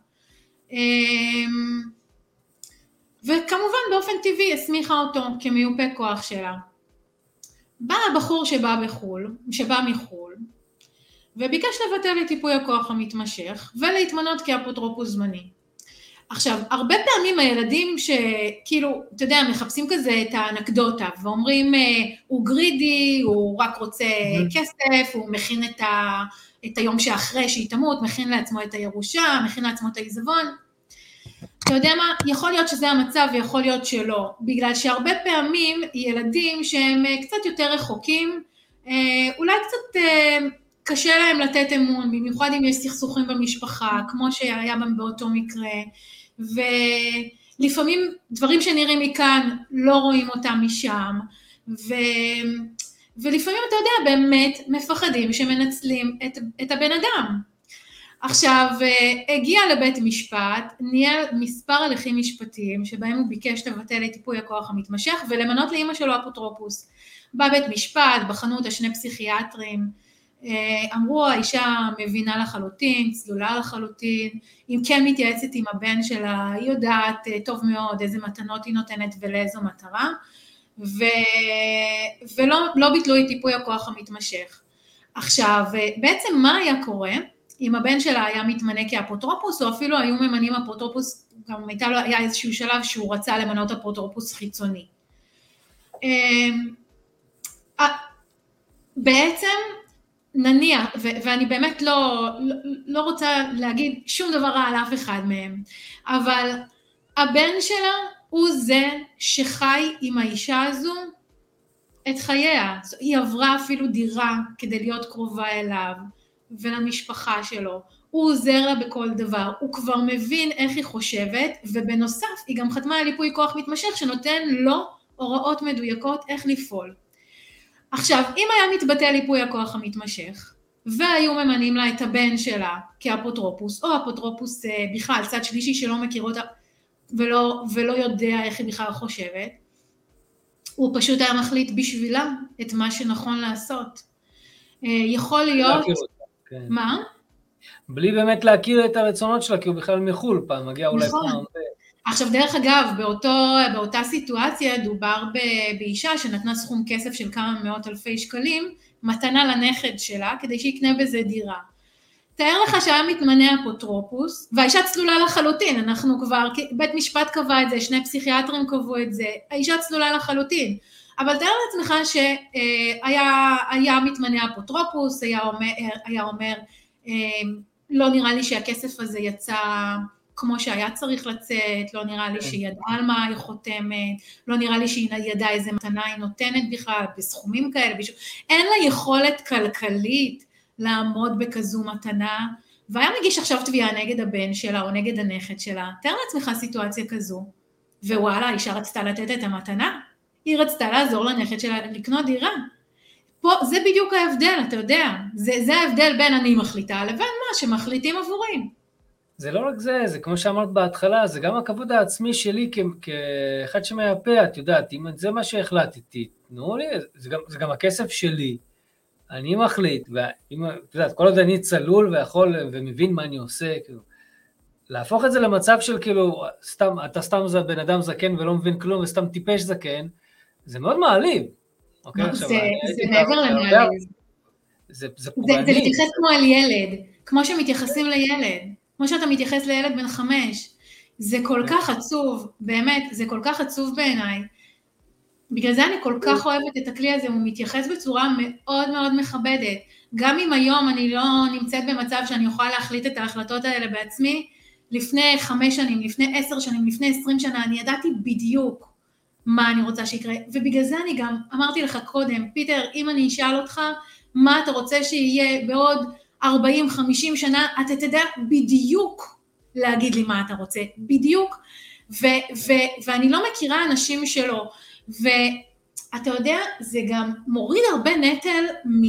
וכמובן באופן טבעי הסמיכה אותו כמיופה כוח שלה. בא הבחור שבא מחול, וביקש לבטל את ייפוי הכוח המתמשך, ולהתמנות כאפוטרופוס זמני. עכשיו, הרבה פעמים הילדים שכאילו, אתה יודע, מחפשים כזה את האנקדוטה, ואומרים, הוא גרידי, הוא רק רוצה כסף, הוא מכין את היום שאחרי שהיא תמות, מכין לעצמו את הירושה, מכין לעצמו את העיזבון. אתה יודע מה? יכול להיות שזה המצב ויכול להיות שלא, בגלל שהרבה פעמים ילדים שהם קצת יותר רחוקים, אולי קצת קשה להם לתת אמון, במיוחד אם יש סכסוכים במשפחה, כמו שהיה באותו מקרה, ולפעמים דברים שנראים מכאן לא רואים אותם משם, ולפעמים אתה יודע באמת מפחדים שמנצלים את הבן אדם. עכשיו, הגיע לבית משפט, ניהל מספר הליכים משפטיים, שבהם הוא ביקש לבטל את ייפוי הכוח המתמשך, ולמנות לאמא שלו אפוטרופוס. בא בית משפט, בחנו אותה שני פסיכיאטרים, אמרו האישה מבינה לחלוטין, צלולה לחלוטין, אם כן מתייעצת עם הבן שלה, היא יודעת טוב מאוד איזה מתנות היא נותנת ולאיזו מטרה, ולא ביטלו את ייפוי הכוח המתמשך. עכשיו, בעצם מה היה קורה? אם הבן שלה היה מתמנה כאפוטרופוס, או אפילו היו ממנים אפוטרופוס, גם היה איזשהו שלב שהוא רצה למנות אפוטרופוס חיצוני. בעצם נניח, ואני באמת לא רוצה להגיד שום דבר רע על אף אחד מהם, אבל הבן שלה הוא זה שחי עם האישה הזו את חייה. היא עברה אפילו דירה כדי להיות קרובה אליו, ולמשפחה שלו, הוא עוזר לה בכל דבר, הוא כבר מבין איך היא חושבת, ובנוסף היא גם חתמה על ייפוי כוח מתמשך שנותן לו הוראות מדויקות איך לפעול. עכשיו, אם היה מתבטל ייפוי הכוח המתמשך, והיו ממנים לה את הבן שלה כאפוטרופוס, או אפוטרופוס בכלל, צד שלישי שלא מכיר אותה, ולא יודע איך היא בכלל חושבת, הוא פשוט היה מחליט בשבילה את מה שנכון לעשות. יכול להיות... כן. מה? בלי באמת להכיר את הרצונות שלה, כי הוא בכלל מחול פעם, מגיע אולי נכון. פעם. עכשיו דרך אגב, באותה סיטואציה דובר באישה שנתנה סכום כסף של כמה מאות אלפי שקלים, מתנה לנכד שלה, כדי שיקנה בזה דירה. תאר לך שהיה מתמנה אפוטרופוס, והאישה צלולה לחלוטין, אנחנו כבר, בית משפט קבע את זה, שני פסיכיאטרים קבעו את זה, האישה צלולה לחלוטין. אבל תאר לעצמך שהיה מתמנה אפוטרופוס, היה אומר, לא נראה לי שהכסף הזה יצא כמו שהיה צריך לצאת, לא נראה לי שהיא ידעה על מה היא חותמת, לא נראה לי שהיא ידעה איזה מתנה היא נותנת בכלל, בסכומים כאלה, אין לה יכולת כלכלית לעמוד בכזו מתנה, והיה מגיש עכשיו תביעה נגד הבן שלה או נגד הנכד שלה, תאר לעצמך סיטואציה כזו, ווואלה, האישה רצתה לתת את המתנה, היא רצתה לעזור לנכד שלה לקנות דירה. פה זה בדיוק ההבדל, אתה יודע, זה ההבדל בין אני מחליטה לבין מה שמחליטים עבורים. זה לא רק זה, זה כמו שאמרת בהתחלה, זה גם הכבוד העצמי שלי כאחד שמייפה, את יודעת, אם זה מה שהחלטתי, תנו לי, זה גם הכסף שלי, אני מחליט, ואם, את יודעת, כל עוד אני צלול ויכול ומבין מה אני עושה, כאילו, להפוך את זה למצב של כאילו, אתה סתם בן אדם זקן ולא מבין כלום, וסתם טיפש זקן, זה מאוד מעליב. זה מעבר למעליב. זה פוגעני. זה מתייחס כמו על ילד, כמו שמתייחסים לילד, כמו שאתה מתייחס לילד בן 5, זה כל כך עצוב, באמת, זה כל כך עצוב בעיניי. בגלל זה אני כל כך אוהבת את הכלי הזה, הוא מתייחס בצורה מאוד מאוד מכבדת. גם אם היום אני לא נמצאת במצב שאני יכולה להחליט את ההחלטות האלה בעצמי, לפני 5 שנים, לפני 10 שנים, לפני 20 שנה, אני ידעתי בדיוק מה אני רוצה שיקרה, ובגלל זה אני גם אמרתי לך קודם, פיטר, אם אני אשאל אותך, מה אתה רוצה שיהיה בעוד 40-50 שנה, אתה תדע בדיוק להגיד לי מה אתה רוצה, בדיוק, ואני לא מכירה אנשים שלו, ואתה יודע, זה גם מוריד הרבה נטל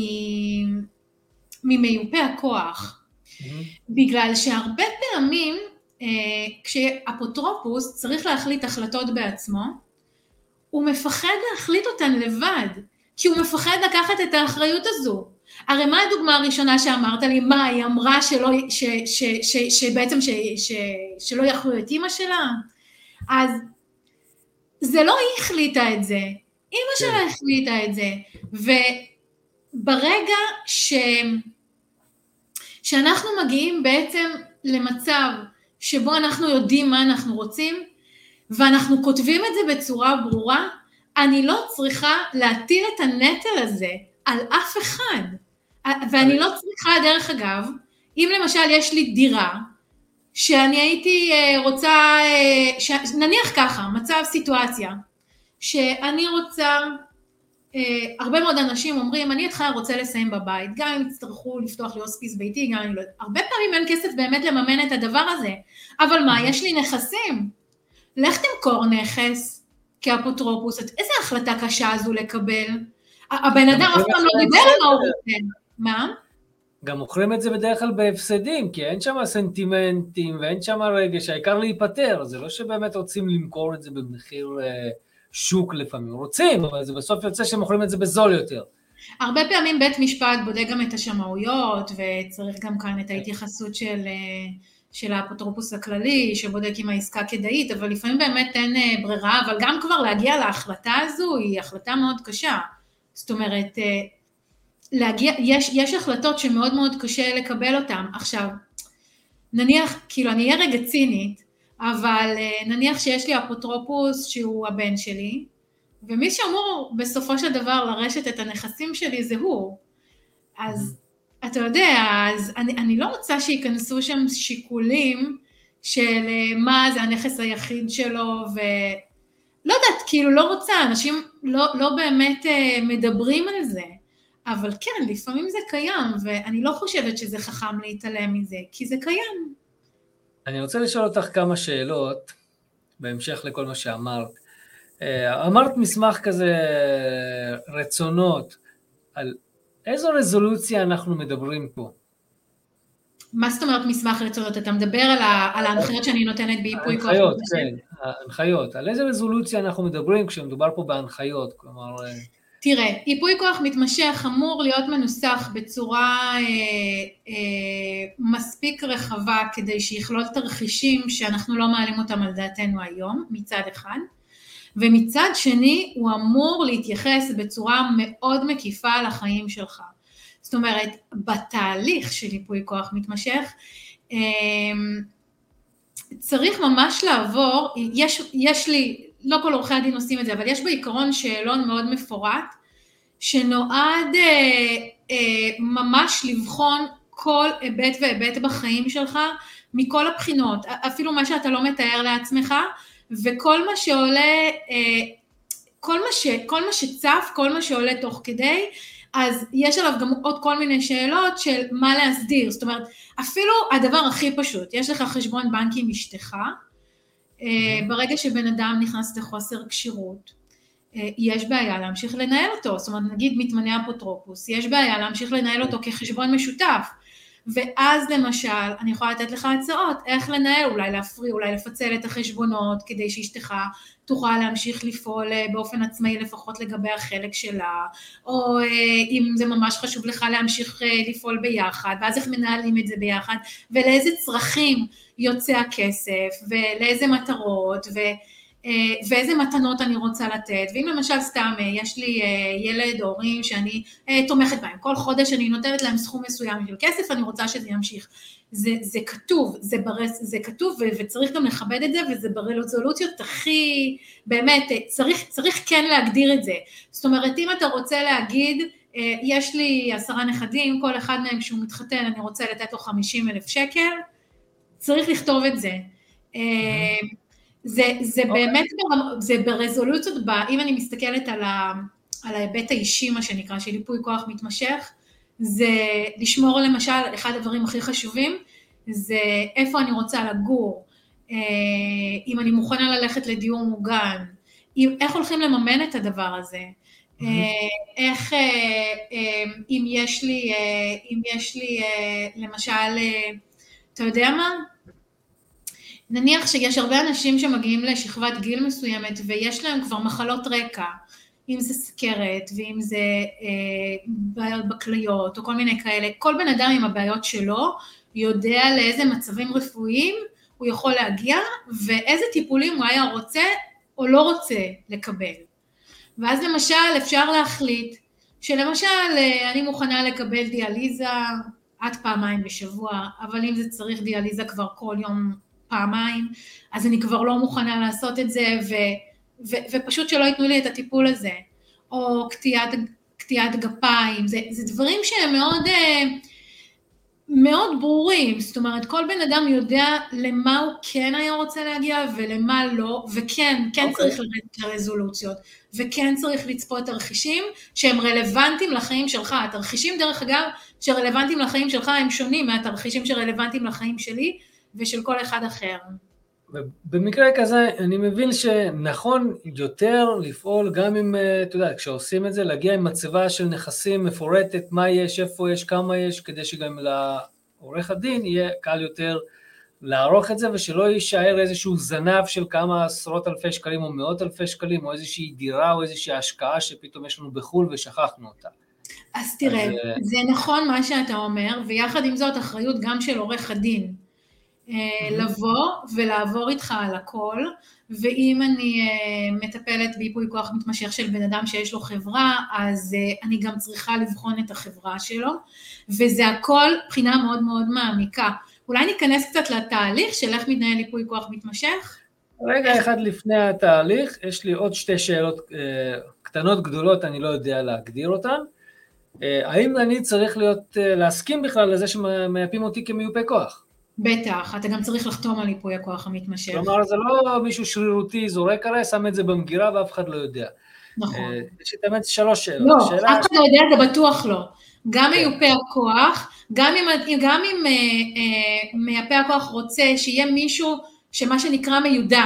ממיופה הכוח, בגלל שהרבה פעמים, כשאפוטרופוס צריך להחליט החלטות בעצמו, הוא מפחד להחליט אותן לבד, כי הוא מפחד לקחת את האחריות הזו, הרי מה הדוגמה הראשונה שאמרת לי? מה, היא אמרה שבעצם שלא יכלו את אמא שלה? אז זה לא היא החליטה את זה, אמא שלה החליטה את זה, וברגע שאנחנו מגיעים בעצם למצב שבו אנחנו יודעים מה אנחנו רוצים, ואנחנו כותבים את זה בצורה ברורה, אני לא צריכה להטיל את הנטל הזה על אף אחד, ואני לא צריכה, דרך אגב, אם למשל יש לי דירה, שאני הייתי רוצה, נניח ככה, מצב סיטואציה, שאני רוצה, הרבה מאוד אנשים אומרים, אני איתך רוצה לסיים בבית, גם אם יצטרכו לפתוח לי הוספיס ביתי, גם אם לא, הרבה פעמים אין כסף באמת לממן את הדבר הזה, אבל מה, יש לי נכסים, לך תמכור נכס כאפוטרופוס, איזה החלטה קשה הזו לקבל? הבן אדם אף פעם לא דיבר מה הוא רוצה, מה? גם מוכרים את זה בדרך כלל בהפסדים, כי אין שם סנטימנטים ואין שם רגש, העיקר להיפטר, זה לא שבאמת רוצים למכור את זה במחיר שוק לפעמים, רוצים, אבל זה בסוף יוצא שמוכרים את זה בזול יותר. הרבה פעמים בית משפט בודק גם את השמאויות, וצריך גם כאן את ההתייחסות של האפוטרופוס הכללי, שבודק עם העסקה כדאית, אבל לפעמים באמת אין ברירה, אבל גם כבר להגיע להחלטה הזו, היא החלטה מאוד קשה. זאת אומרת, יש החלטות שמאוד מאוד קשה לקבל אותן. עכשיו, נניח, כאילו אני אהיה רגע צינית, אבל נניח שיש לי אפוטרופוס שהוא הבן שלי, ומי שאמור בסופו של דבר לרשת את הנכסים שלי זה הוא. אז אתה יודע, אז אני לא רוצה שיכנסו שם שיקולים של מה זה הנכס היחיד שלו, ולא יודעת, כאילו לא רוצה, אנשים לא באמת מדברים על זה, אבל כן, לפעמים זה קיים, ואני לא חושבת שזה חכם להתעלם מזה, כי זה קיים. אני רוצה לשאול אותך כמה שאלות, בהמשך לכל מה שאמרת. אמרת מסמך כזה רצונות, על איזו רזולוציה אנחנו מדברים פה? מה זאת אומרת מסמך רצונות? אתה מדבר על ההנחיות שאני נותנת בייפוי כוח? ההנחיות, כן, ההנחיות. על איזה רזולוציה אנחנו מדברים כשמדובר פה בהנחיות? כלומר... תראה, ייפוי כוח מתמשך אמור להיות מנוסח בצורה מספיק רחבה כדי שיכלול תרחישים שאנחנו לא מעלים אותם על דעתנו היום, מצד אחד, ומצד שני הוא אמור להתייחס בצורה מאוד מקיפה לחיים שלך. זאת אומרת, בתהליך של ייפוי כוח מתמשך, צריך ממש לעבור, יש לי, לא כל עורכי הדין עושים את זה, אבל יש בעיקרון שאלון מאוד מפורט, שנועד ממש לבחון כל היבט והיבט בחיים שלך, מכל הבחינות, אפילו מה שאתה לא מתאר לעצמך, וכל מה שעולה, כל מה שצף, כל מה שעולה תוך כדי, אז יש עליו גם עוד כל מיני שאלות של מה להסדיר, זאת אומרת, אפילו הדבר הכי פשוט, יש לך חשבון בנק עם אשתך, ברגע שבן אדם נכנס לחוסר קשירות, יש בעיה להמשיך לנהל אותו, זאת אומרת, נגיד מתמנה אפוטרופוס, יש בעיה להמשיך לנהל אותו כחשבון משותף, ואז למשל, אני יכולה לתת לך הצעות, איך לנהל, אולי להפריע, אולי לפצל את החשבונות, כדי שאשתך תוכל להמשיך לפעול באופן עצמאי, לפחות לגבי החלק שלה, או אם זה ממש חשוב לך להמשיך לפעול ביחד, ואז איך מנהלים את זה ביחד, ולאיזה צרכים יוצא הכסף, ולאיזה מטרות, ואיזה מתנות אני רוצה לתת, ואם למשל סתם יש לי ילד או הורים שאני תומכת בהם, כל חודש אני נותנת להם סכום מסוים של כסף, אני רוצה שזה ימשיך, זה כתוב, זה כתוב וצריך גם לכבד את זה, וזה ברזולוציות הכי, באמת, צריך כן להגדיר את זה, זאת אומרת, אם אתה רוצה להגיד, יש לי 10 נכדים, כל אחד מהם כשהוא מתחתן, אני רוצה לתת לו 50,000 שקל, צריך לכתוב את זה, זה באמת, זה ברזולוציות, אם אני מסתכלת על ההיבט האישי, מה שנקרא, של ייפוי כוח מתמשך, זה לשמור למשל, אחד הדברים הכי חשובים, זה איפה אני רוצה לגור, אם אני מוכנה ללכת לדיור מוגן, איך הולכים לממן את הדבר הזה, איך, אם יש לי למשל, אתה יודע מה? נניח שיש הרבה אנשים שמגיעים לשכבת גיל מסוימת, ויש להם כבר מחלות רקע, אם זה סכרת, ואם זה בעיות בכליות, או כל מיני כאלה, כל בן אדם עם הבעיות שלו, יודע לאיזה מצבים רפואיים הוא יכול להגיע, ואיזה טיפולים הוא היה רוצה או לא רוצה לקבל. ואז למשל אפשר להחליט, שלמשל אני מוכנה לקבל דיאליזה עד פעמיים בשבוע, אבל אם זה צריך דיאליזה כבר כל יום פעמיים, אז אני כבר לא מוכנה לעשות את זה, ופשוט שלא ייתנו לי את הטיפול הזה, או קטיעת גפיים, זה דברים שהם מאוד, מאוד ברורים, זאת אומרת, כל בן אדם יודע למה הוא כן היה רוצה להגיע, ולמה לא, וכן, כן צריך לרדת לרזולוציות, וכן צריך לצפות תרחישים, שהם רלוונטיים לחיים שלך, התרחישים דרך אגב, שרלוונטיים לחיים שלך, הם שונים מהתרחישים שרלוונטיים לחיים שלי, ושל כל אחד אחר. במקרה כזה, אני מבין שנכון יותר לפעול גם אם, אתה יודע, כשעושים את זה, להגיע עם מצבה של נכסים מפורטת, מה יש, איפה יש, כמה יש, כדי שגם לעורך הדין יהיה קל יותר לערוך את זה, ושלא יישאר איזשהו זנב של כמה עשרות אלפי שקלים או מאות אלפי שקלים, או איזושהי דירה או איזושהי השקעה שפתאום יש לנו בחול ושכחנו אותה. אז תראה, זה נכון מה שאתה אומר, ויחד עם זאת אחריות גם של עורך הדין, לבוא ולעבור איתך על הכל, ואם אני מטפלת ביפוי כוח מתמשך של בן אדם שיש לו חברה, אז אני גם צריכה לבחון את החברה שלו, וזה הכל בחינה מאוד מאוד מעמיקה. אולי ניכנס קצת לתהליך של איך מתנהל ייפוי כוח מתמשך? רגע אחד לפני התהליך, יש לי עוד שתי שאלות קטנות גדולות, אני לא יודע להגדיר אותן. האם אני צריך להסכים בכלל לזה שמייפים אותי כמיופה כוח? בטח, אתה גם צריך לחתום על ייפוי הכוח המתמשך. כלומר, זה לא מישהו שרירותי זורק עליי, שם את זה במגירה ואף אחד לא יודע. נכון. יש לי תמיד 3 שאלות. לא, אף אחד לא יודע, זה בטוח לא. גם מיופה הכוח, גם אם מייפה הכוח רוצה שיהיה מישהו שמה שנקרא מיודע,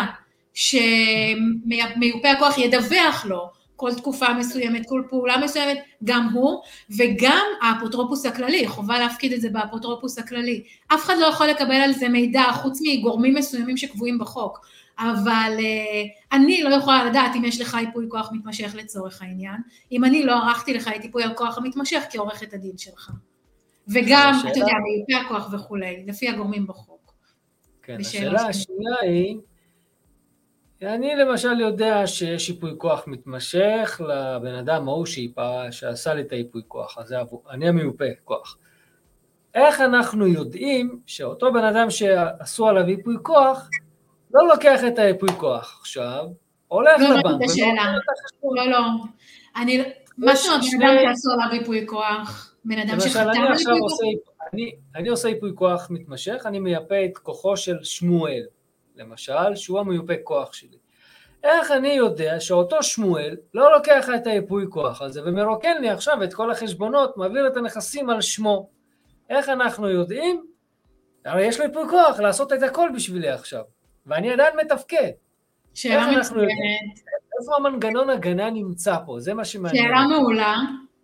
שמיופה הכוח ידווח לו, כל תקופה מסוימת, כל פעולה מסוימת, גם הוא, וגם האפוטרופוס הכללי, חובה להפקיד את זה באפוטרופוס הכללי. אף אחד לא יכול לקבל על זה מידע, חוץ מגורמים מסוימים שקבועים בחוק, אבל אני לא יכולה לדעת אם יש לך ייפוי כוח מתמשך לצורך העניין, אם אני לא ערכתי לך את ייפוי הכוח המתמשך כעורכת הדין שלך. וגם, אתה יודע, מיופה הכוח וכולי, לפי הגורמים בחוק. כן, השאלה השנייה היא, אני למשל יודע שיש ייפוי כוח מתמשך לבן אדם ההוא שעשה לי את הייפוי כוח, אז אני המיופה כוח. איך אנחנו יודעים שאותו בן אדם שעשו עליו ייפוי כוח, לא לוקח את הייפוי כוח עכשיו, הולך לבנק. לא, מה זאת אומרת, בן אדם שעשו עליו ייפוי כוח? בן אדם שחתם על ייפוי כוח? אני עושה ייפוי כוח מתמשך, אני מייפה את כוחו של שמואל, למשל, שהוא המיופה כוח שלי. איך אני יודע שאותו שמואל לא לוקח את הייפוי כוח הזה, ומרוקן לי עכשיו את כל החשבונות, מעביר את הנכסים על שמו. איך אנחנו יודעים? הרי יש לו ייפוי כוח לעשות את הכל בשבילי עכשיו, ואני עדיין מתפקד. שאלה מצוינת. איפה המנגנון הגנה נמצא פה? זה מה שמעניין. שאלה מעולה.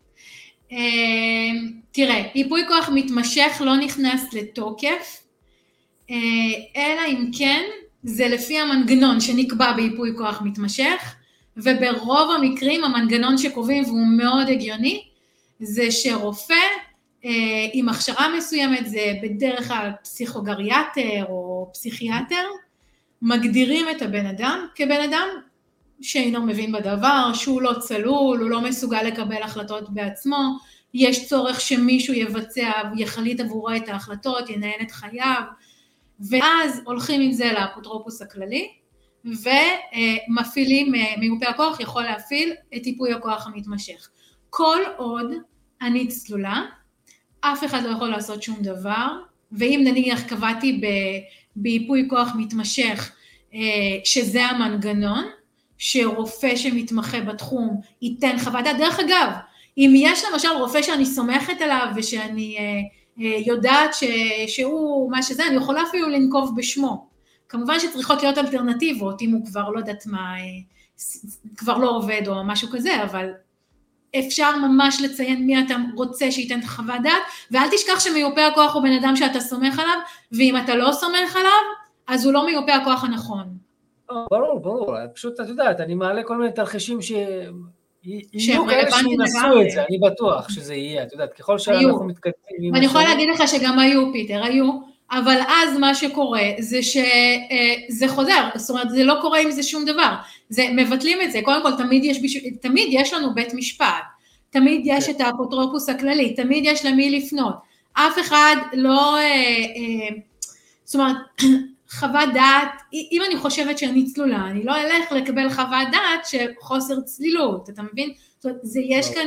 תראה, ייפוי כוח מתמשך לא נכנס לתוקף, אלא אם כן, זה לפי המנגנון שנקבע בייפוי כוח מתמשך, וברוב המקרים המנגנון שקובעים, והוא מאוד הגיוני, זה שרופא עם הכשרה מסוימת, זה בדרך כלל פסיכוגריאטר או פסיכיאטר, מגדירים את הבן אדם כבן אדם שאינו מבין בדבר, שהוא לא צלול, הוא לא מסוגל לקבל החלטות בעצמו, יש צורך שמישהו יבצע, יחליט עבורו את ההחלטות, ינהל את חייו, ואז הולכים עם זה לאפוטרופוס הכללי, ומפעילים, מיופה הכוח יכול להפעיל את ייפוי הכוח המתמשך. כל עוד אני צלולה, אף אחד לא יכול לעשות שום דבר, ואם נניח קבעתי בייפוי כוח מתמשך, שזה המנגנון, שרופא שמתמחה בתחום ייתן חוות דעת. דרך אגב, אם יש למשל רופא שאני סומכת עליו, ושאני יודעת שהוא מה שזה, אני יכולה אפילו לנקוב בשמו. כמובן שצריכות להיות אלטרנטיבות, אם הוא כבר לא יודעת מה, כבר לא עובד או משהו כזה, אבל אפשר ממש לציין מי אתה רוצה שייתן את חוות דעת, ואל תשכח שמיופה הכוח הוא בן אדם שאתה סומך עליו, ואם אתה לא סומך עליו, אז הוא לא מיופה הכוח הנכון. ברור, פשוט את יודעת, אני מעלה כל מיני תרחישים יהיו כאלה שינסו את זה, אני בטוח שזה יהיה, את יודעת, ככל שאנחנו מתקדמים. ואני יכולה להגיד לך שגם היו, פיטר, היו, אבל אז מה שקורה זה שזה חוזר, זאת אומרת, זה לא קורה עם זה שום דבר, מבטלים את זה, קודם כל תמיד יש לנו בית משפט, תמיד יש את האפוטרופוס הכללי, תמיד יש למי לפנות, אף אחד לא, זאת אומרת, חוות דעת, אם אני חושבת שאני צלולה, אני לא אלך לקבל חוות דעת שחוסר צלילות, אתה מבין? זאת אומרת, יש כאן,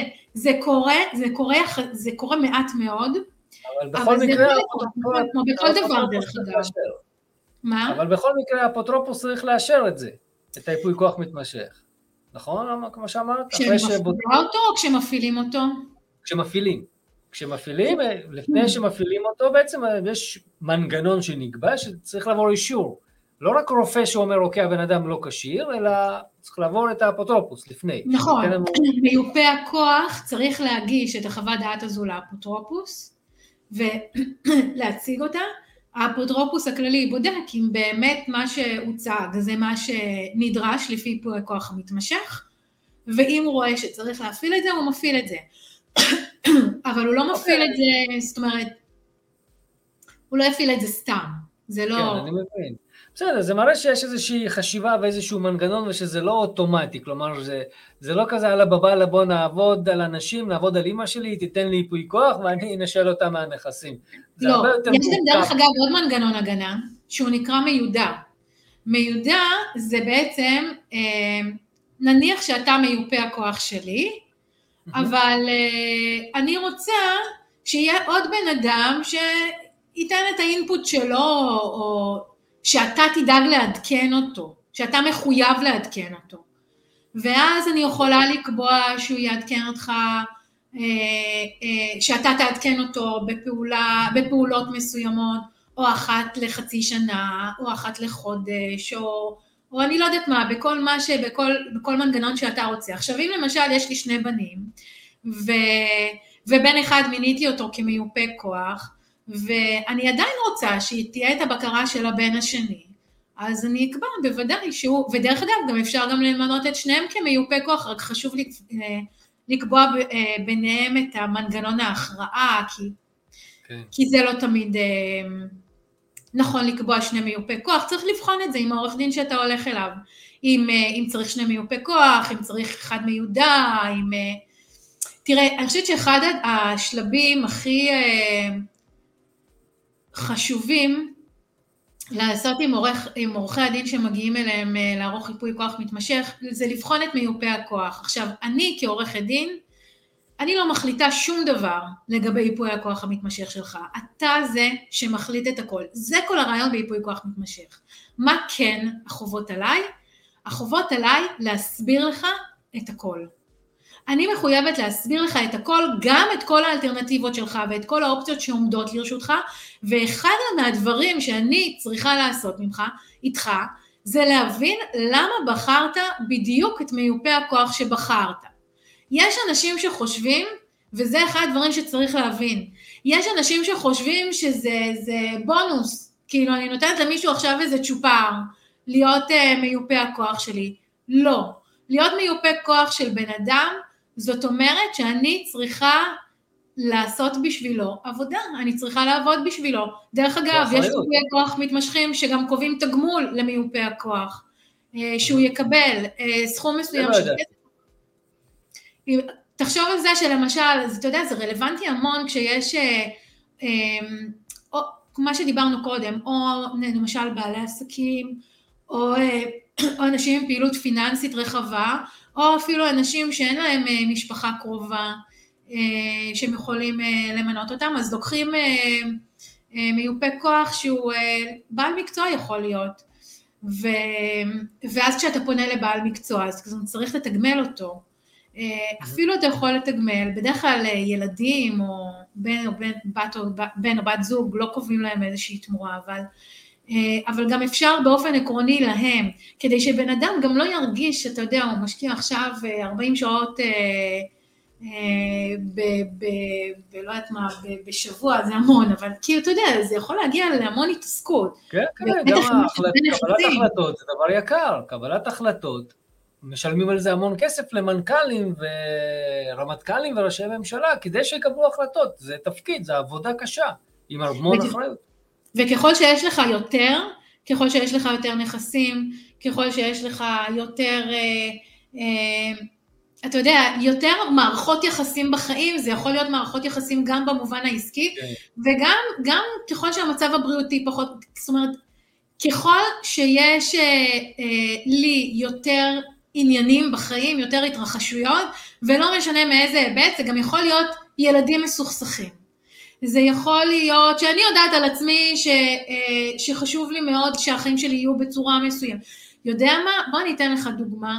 זה קורה מעט מאוד, אבל בכל מקרה, כמו בכל דבר דרך אגב. מה? אבל בכל מקרה, האפוטרופוס צריך לאשר את זה, את הייפוי כוח מתמשך. נכון? כמו שאמרת? כשמפעילים אותו או כשמפעילים אותו? כשמפעילים, לפני שמפעילים אותו, בעצם יש מנגנון שנקבע שצריך לעבור אישור. לא רק רופא שאומר, אוקיי, הבן אדם לא כשיר, אלא צריך לעבור את האפוטרופוס לפני. נכון, מיופה הכוח צריך להגיש את החוות דעת הזו לאפוטרופוס, ולהציג אותה. האפוטרופוס הכללי בודק אם באמת מה שהוצג זה מה שנדרש לפי ייפוי הכוח המתמשך, ואם הוא רואה שצריך להפעיל את זה, הוא מפעיל את זה. אבל הוא לא מפעיל את זה, זאת אומרת, הוא לא יפעיל את זה סתם, זה לא... כן, אני מבין. בסדר, זה מראה שיש איזושהי חשיבה ואיזשהו מנגנון, ושזה לא אוטומטי, כלומר, זה לא כזה על הבבא, בוא נעבוד על אנשים, נעבוד על אמא שלי, תיתן לי ייפוי כוח, ואני אנשל אותה מהנכסים. לא, יש גם דרך אגב עוד מנגנון הגנה, שהוא נקרא מיודע. מיודע זה בעצם, נניח שאתה מיופה הכוח שלי, אבל אני רוצה שיהיה עוד בן אדם שייתן את האינפוט שלו, או שאתה תדאג לעדכן אותו, שאתה מחויב לעדכן אותו. ואז אני יכולה לקבוע שהוא יעדכן אותך, שאתה תעדכן אותו בפעולות מסוימות, או אחת לחצי שנה, או אחת לחודש, או אני לא יודעת מה, בכל מנגנון שאתה רוצה. עכשיו, אם למשל יש לי 2 בנים, ובן אחד מיניתי אותו כמיופה כוח, ואני עדיין רוצה שתהיה את הבקרה של הבן השני, אז אני אקבע בוודאי שהוא, ודרך אגב גם אפשר גם למנות את שניהם כמיופה כוח, רק חשוב לקבוע ביניהם את המנגנון ההכרעה, כי זה לא תמיד נכון לקבוע 2 מיופה כוח, צריך לבחון את זה עם העורך דין שאתה הולך אליו, אם צריך 2 מיופה כוח, אם צריך 1 מיודע, תראה, אני חושבת שאחד השלבים הכי חשובים לעשות עם עורכי הדין שמגיעים אליהם לערוך ייפוי כוח מתמשך, זה לבחון את מיופה הכוח. עכשיו, אני כעורכת דין, אני לא מחליטה שום דבר לגבי ייפוי הכוח המתמשך שלך. אתה זה שמחליט את הכל. זה כל הרעיון בייפוי כוח מתמשך. מה כן החובות עליי? החובות עליי להסביר לך את הכל. אני מחויבת להסביר לך את הכל, גם את כל האלטרנטיבות שלך ואת כל האופציות שעומדות לרשותך, ואחד מהדברים שאני צריכה לעשות איתך, זה להבין למה בחרת בדיוק את מיופה הכוח שבחרת. יש אנשים שחושבים, וזה אחד הדברים שצריך להבין, יש אנשים שחושבים שזה בונוס, כאילו אני נותנת למישהו עכשיו איזה צ'ופר, להיות מיופה הכוח שלי. לא, להיות מיופה כוח של בן אדם, זאת אומרת שאני צריכה לעשות בשבילו עבודה, אני צריכה לעבוד בשבילו. דרך אגב, יש מיופי כוח מתמשכים שגם קובעים תגמול למיופה הכוח, שהוא יקבל סכום מסוים. תחשוב על זה שלמשל, אתה יודע, זה רלוונטי המון כשיש, מה שדיברנו קודם, או למשל בעלי עסקים, או אנשים עם פעילות פיננסית רחבה, או אפילו אנשים שאין להם משפחה קרובה, שהם יכולים למנות אותם, אז לוקחים מיופה כוח שהוא בעל מקצוע יכול להיות, ואז כשאתה פונה לבעל מקצוע, אז צריך לתגמל אותו, אפילו אתה יכול לתגמל, בדרך כלל ילדים או בן או בת זוג לא קובעים להם איזושהי תמורה, אבל גם אפשר באופן עקרוני להם, כדי שבן אדם גם לא ירגיש שאתה יודע, הוא משקיע עכשיו 40 שעות ולא יודעת מה, בשבוע, זה המון, אבל כי אתה יודע, זה יכול להגיע להמון התעסקות. כן, כן, גם קבלת החלטות זה דבר יקר, קבלת החלטות משלמים על זה המון כסף למנכ"לים ורמטכ"לים וראשי ממשלה, כדי שיקבלו החלטות. זה תפקיד, זה עבודה קשה, עם המון אחריות. וככל שיש לך יותר, ככל שיש לך יותר נכסים, ככל שיש לך יותר, אתה יודע, יותר מערכות יחסים בחיים, זה יכול להיות מערכות יחסים גם במובן העסקי, וגם ככל שהמצב הבריאותי פחות, זאת אומרת, ככל שיש לי יותר עניינים בחיים, יותר התרחשויות, ולא משנה מאיזה היבט, זה גם יכול להיות ילדים מסוכסכים. זה יכול להיות, שאני יודעת על עצמי שחשוב לי מאוד שהחיים שלי יהיו בצורה מסוימת. יודע מה? בוא אני אתן לך דוגמה.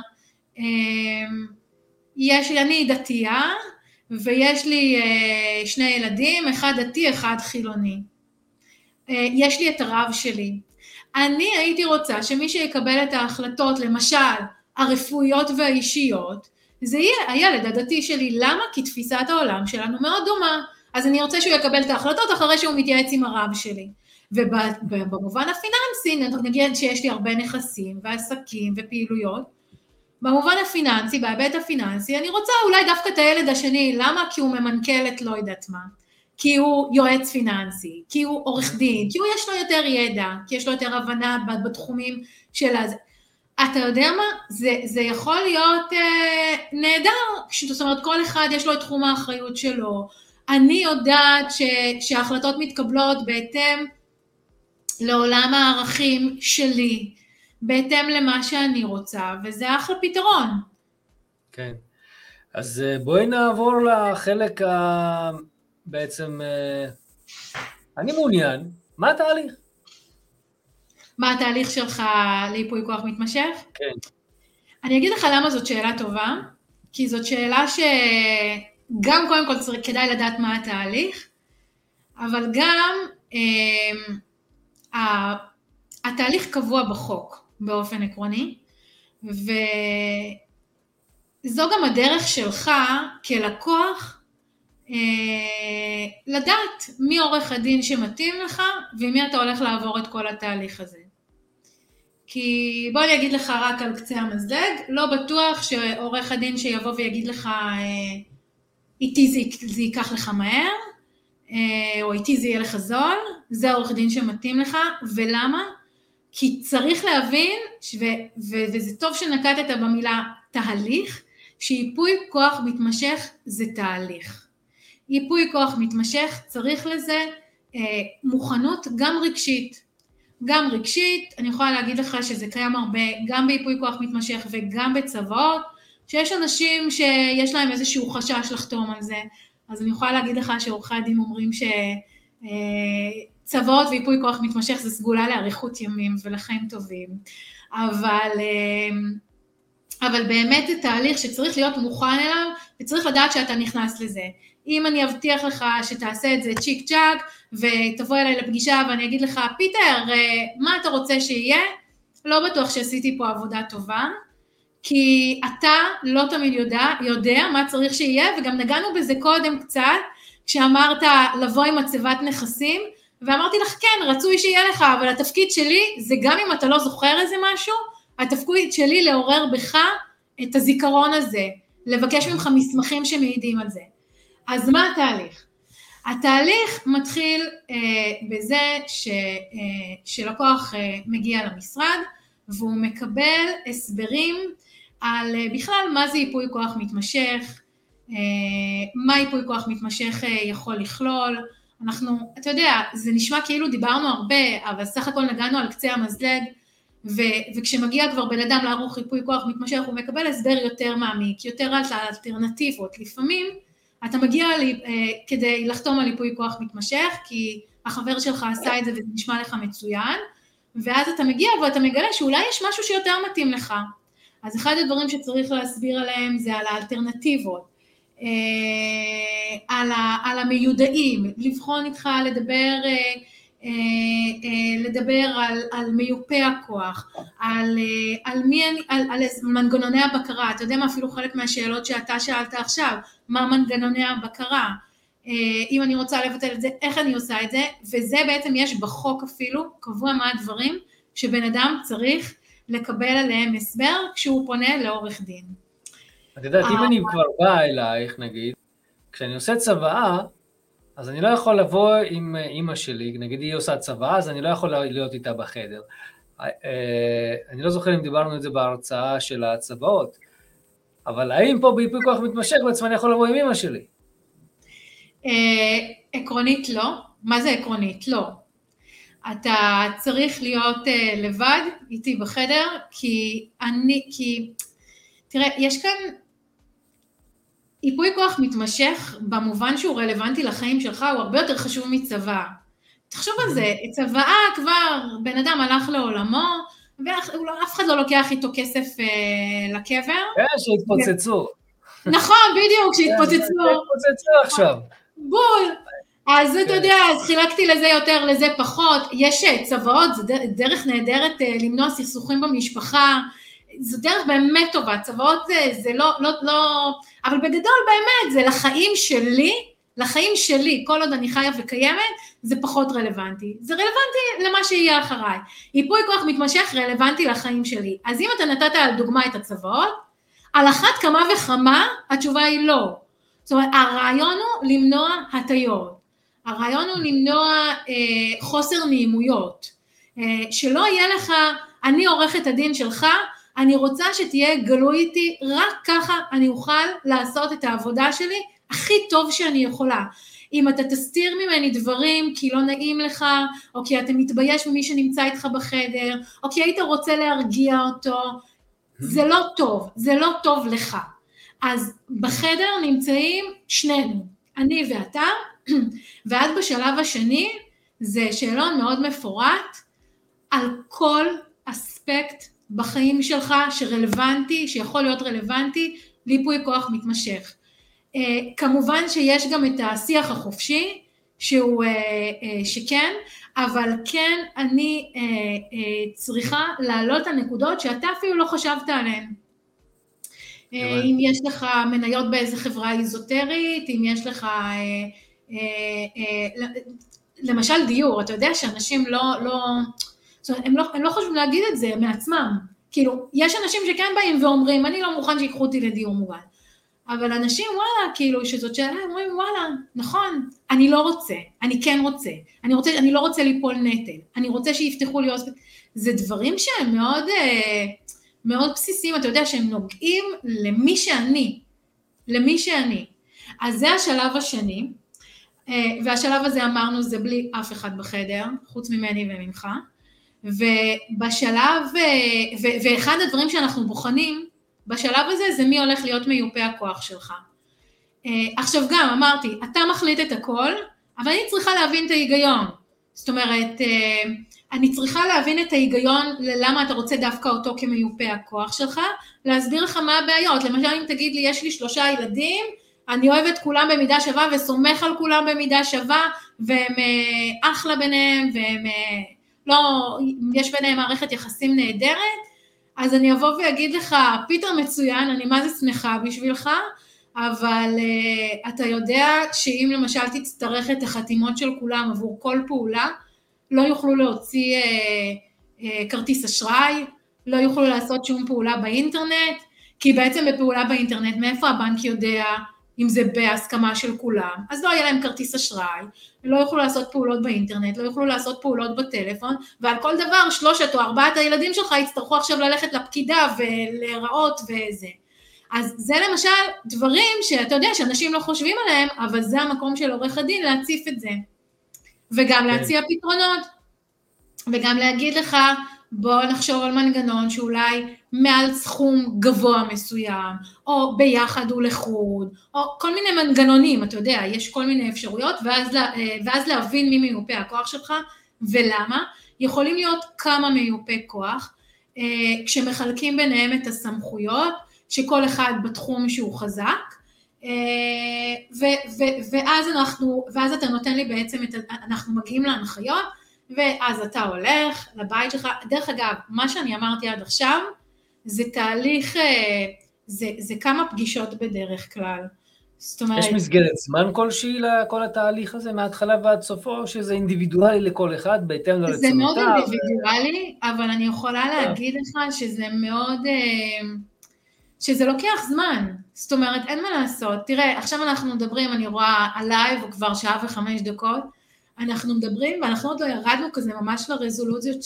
אני דתייה, ויש לי 2 ילדים, אחד דתי, אחד חילוני. יש לי את הרב שלי. אני הייתי רוצה שמי שיקבל את ההחלטות, למשל, הרפואיות והאישיות, זה יהיה הילד הדתי שלי. למה? כי תפיסת העולם שלנו מאוד דומה. אז אני רוצה שהוא יקבל את ההחלטות אחרי שהוא מתייעץ עם הרב שלי. ובמובן הפיננסי, נגיד שיש לי הרבה נכסים ועסקים ופעילויות, במובן הפיננסי, בהיבט הפיננסי, אני רוצה אולי דווקא את הילד השני. למה? כי הוא ממנכ"ל את לא יודעת מה. כי הוא יועץ פיננסי, כי הוא עורך דין, כי הוא יש לו יותר ידע, כי יש לו יותר הבנה בתחומים של הזה. אתה יודע מה? זה יכול להיות נהדר, זאת אומרת, כל אחד יש לו את תחום האחריות שלו. אני יודעת שההחלטות מתקבלות בהתאם לעולם הערכים שלי, בהתאם למה שאני רוצה, וזה אחלה פתרון. כן. אז בואי נעבור לחלק בעצם, אני מעוניין, מה התהליך? מה התהליך שלך ליפוי כוח מתמשך? כן. אני אגיד לך למה זאת שאלה טובה, כי זאת שאלה שגם קודם כל כדאי לדעת מה התהליך, אבל גם התהליך קבוע בחוק באופן עקרוני, וזו גם הדרך שלך כלקוח, לדעת מי עורך הדין שמתאים לך, ומי אתה הולך לעבור את כל התהליך הזה. כי בוא אני אגיד לך רק על קצה המזלג, לא בטוח שעורך הדין שיבוא ויגיד לך, איתי זה ייקח לך מהר, או איתי זה יהיה לך זול, זה העורך דין שמתאים לך. ולמה? כי צריך להבין, וזה טוב שנקטת במילה תהליך, שיפוי כוח מתמשך זה תהליך. ייפוי כוח מתמשך צריך לזה מוכנות גם רגשית. גם רגשית, אני יכולה להגיד לך שזה קיים הרבה, גם ביפוי כוח מתמשך וגם בצוואות, שיש אנשים שיש להם איזשהו חשש לחתום על זה, אז אני יכולה להגיד לך שעורכי הדין אומרים שצוואות ויפוי כוח מתמשך זה סגולה לאריכות ימים ולחיים טובים, אבל באמת זה תהליך שצריך להיות מוכן אליו, וצריך לדעת שאתה נכנס לזה. אם אני אבטיח לך שתעשה את זה צ'יק צ'אק, ותבוא אליי לפגישה ואני אגיד לך, פיטר, מה אתה רוצה שיהיה? לא בטוח שעשיתי פה עבודה טובה, כי אתה לא תמיד יודע מה צריך שיהיה, וגם נגענו בזה קודם קצת, כשאמרת לבוא עם מצבת נכסים, ואמרתי לך, כן, רצוי שיהיה לך, אבל התפקיד שלי זה גם אם אתה לא זוכר איזה משהו, התפקיד שלי לעורר בך את הזיכרון הזה, לבקש ממך מסמכים שמעידים על זה. אז מה התהליך? התהליך מתחיל בזה שלקוח מגיע למשרד, והוא מקבל הסברים על בכלל מה זה ייפוי כוח מתמשך, מה ייפוי כוח מתמשך יכול לכלול. אתה יודע, זה נשמע כאילו דיברנו הרבה, אבל סך הכל נגענו על קצה המזלג, וכשמגיע כבר בן אדם לערוך ייפוי כוח מתמשך, הוא מקבל הסבר יותר מעמיק, יותר על האלטרנטיבות. לפעמים אתה מגיע כדי לחתום על ייפוי כוח מתמשך, כי החבר שלך עשה את זה וזה נשמע לך מצוין, ואז אתה מגיע ואתה מגלה שאולי יש משהו שיותר מתאים לך. אז אחד הדברים שצריך להסביר עליהם זה על האלטרנטיבות, על המיודעים, לבחון איתך, לדבר על מיופי הכוח, על מנגנוני הבקרה. אתה יודע מה, אפילו חלק מהשאלות שאתה שאלת עכשיו, מה מנגנוני הבקרה, אם אני רוצה לבטל את זה, איך אני עושה את זה, וזה בעצם יש בחוק אפילו, קבוע מה הדברים שבן אדם צריך לקבל עליהם הסבר כשהוא פונה לעורך דין. את יודעת, אם אני כבר בא אלייך, נגיד, כשאני עושה צוואה, אז אני לא יכול לבוא עם אמא שלי, נגיד היא עושה צוואה, אז אני לא יכול להיות איתה בחדר. אני לא זוכר אם דיברנו את זה בהרצאה של הצוואות, אבל האם פה בייפוי כוח מתמשך בעצם אני יכול לבוא עם אמא שלי? עקרונית לא. מה זה עקרונית? לא. אתה צריך להיות לבד איתי בחדר, כי תראה, יש כאן ייפוי כוח מתמשך, במובן שהוא רלוונטי לחיים שלך, הוא הרבה יותר חשוב מצוואה. תחשוב על זה, צוואה כבר, בן אדם הלך לעולמו, ואף אחד לא לוקח איתו כסף לקבר. שהתפוצצו. נכון, בדיוק, שהתפוצצו. שהתפוצצו עכשיו. בול. אז אתה יודע, אז חילקתי לזה יותר, לזה פחות. יש צוואות, זו דרך נהדרת למנוע סכסוכים במשפחה, זו דרך באמת טובה, צוואות זה לא, אבל בגדול באמת, זה לחיים שלי, כל עוד אני חיה וקיימת, זה פחות רלוונטי. זה רלוונטי למה שיהיה אחריי. ייפוי כוח מתמשך רלוונטי לחיים שלי. אז אם אתה נתת על דוגמה את הצוואות, על אחת כמה וכמה, התשובה היא לא. זאת אומרת, הרעיון הוא למנוע הטיות. הרעיון הוא למנוע חוסר נעימויות. שלא יהיה לך, אני עורכת הדין שלך, אני רוצה שתהיה גלוי איתי, רק ככה אני אוכל לעשות את העבודה שלי הכי טוב שאני יכולה. אם אתה תסתיר ממני דברים כי לא נעים לך, או כי אתה מתבייש ממי שנמצא איתך בחדר, או כי היית רוצה להרגיע אותו, זה לא טוב, זה לא טוב לך. אז בחדר נמצאים שנינו, אני ואתה, ועד בשלב השני, זה שאלון מאוד מפורט, על כל אספקט בחיים שלך שרלוונטי, שיכול להיות רלוונטי, ליפוי כוח מתמשך. כמובן שיש גם את השיח החופשי, שכן, אבל כן אני צריכה להעלות את הנקודות שאתה אפילו לא חשבת עליהן. אם יש לך מניות באיזה חברה איזוטרית, אם יש לך, למשל דיור, אתה יודע שאנשים הם לא חושבים להגיד את זה מעצמם, כאילו, יש אנשים שכן באים ואומרים, אני לא מוכן שיקחו אותי לדיור מוגן, אבל אנשים, וואלה, כאילו, שזאת שאלה, אומרים, וואלה, נכון, אני לא רוצה, אני כן רוצה, אני לא רוצה ליפול נטל, אני רוצה שיפתחו לי הוספט, זה דברים שהם מאוד, מאוד בסיסיים, אתה יודע, שהם נוגעים למי שאני, אז זה השלב השני, והשלב הזה אמרנו, זה בלי אף אחד בחדר, חוץ ממני וממך, ובשלב, ואחד הדברים שאנחנו בוחנים, בשלב הזה זה מי הולך להיות מיופה הכוח שלך. עכשיו גם אמרתי, אתה מחליט את הכל, אבל אני צריכה להבין את ההיגיון. זאת אומרת, אני צריכה להבין את ההיגיון ללמה אתה רוצה דווקא אותו כמיופה הכוח שלך, להסביר לך מה הבעיות. למשל אם תגיד לי, יש לי 3 ילדים, אני אוהבת כולם במידה שווה וסומך על כולם במידה שווה, והם אחלה ביניהם, והם לא, יש ביניהם מערכת יחסים נהדרת, אז אני אבוא ואגיד לך, פיטר מצוין, אני מה זה שמחה בשבילך, אבל אתה יודע שאם למשל תצטרך את החתימות של כולם עבור כל פעולה, לא יוכלו להוציא כרטיס אשראי, לא יוכלו לעשות שום פעולה באינטרנט, כי בעצם בפעולה באינטרנט, מאיפה הבנק יודע אם זה בהסכמה של כולם, אז לא יהיה להם כרטיס אשראי, לא יוכלו לעשות פעולות באינטרנט, לא יוכלו לעשות פעולות בטלפון, ועל כל דבר 3 או 4 הילדים שלך יצטרכו עכשיו ללכת לפקידה ולהיראות וזה. אז זה למשל דברים שאתה יודע שאנשים לא חושבים עליהם, אבל זה המקום של עורך הדין להציף את זה. וגם להציע פתרונות, וגם להגיד לך, בוא נחשוב על מנגנון שאולי מעל סכום גבוה מסוים, או ביחד ולחוד, או כל מיני מנגנונים, אתה יודע, יש כל מיני אפשרויות, ואז להבין מי מיופה הכוח שלך, ולמה. יכולים להיות כמה מיופי כוח, כשמחלקים ביניהם את הסמכויות, שכל אחד בתחום שהוא חזק, ואז אתה נותן לי בעצם, אנחנו מגיעים להנחיות, ואז אתה הולך לבית שלך. דרך אגב, מה שאני אמרתי עד עכשיו, זה תהליך, זה כמה פגישות בדרך כלל. זאת אומרת... יש מסגרת זמן כלשהי לכל התהליך הזה, מההתחלה ועד סופו, או שזה אינדיבידואלי לכל אחד, בהתאם לרצונותיו? זה מאוד אינדיבידואלי, אבל אני יכולה להגיד לך שזה מאוד... שזה לוקח זמן, זאת אומרת, אין מה לעשות. תראה, עכשיו אנחנו מדברים, אני רואה הלייב, הוא כבר 1:05, אנחנו מדברים, ואנחנו עוד לא ירדנו כזה ממש לרזולוציות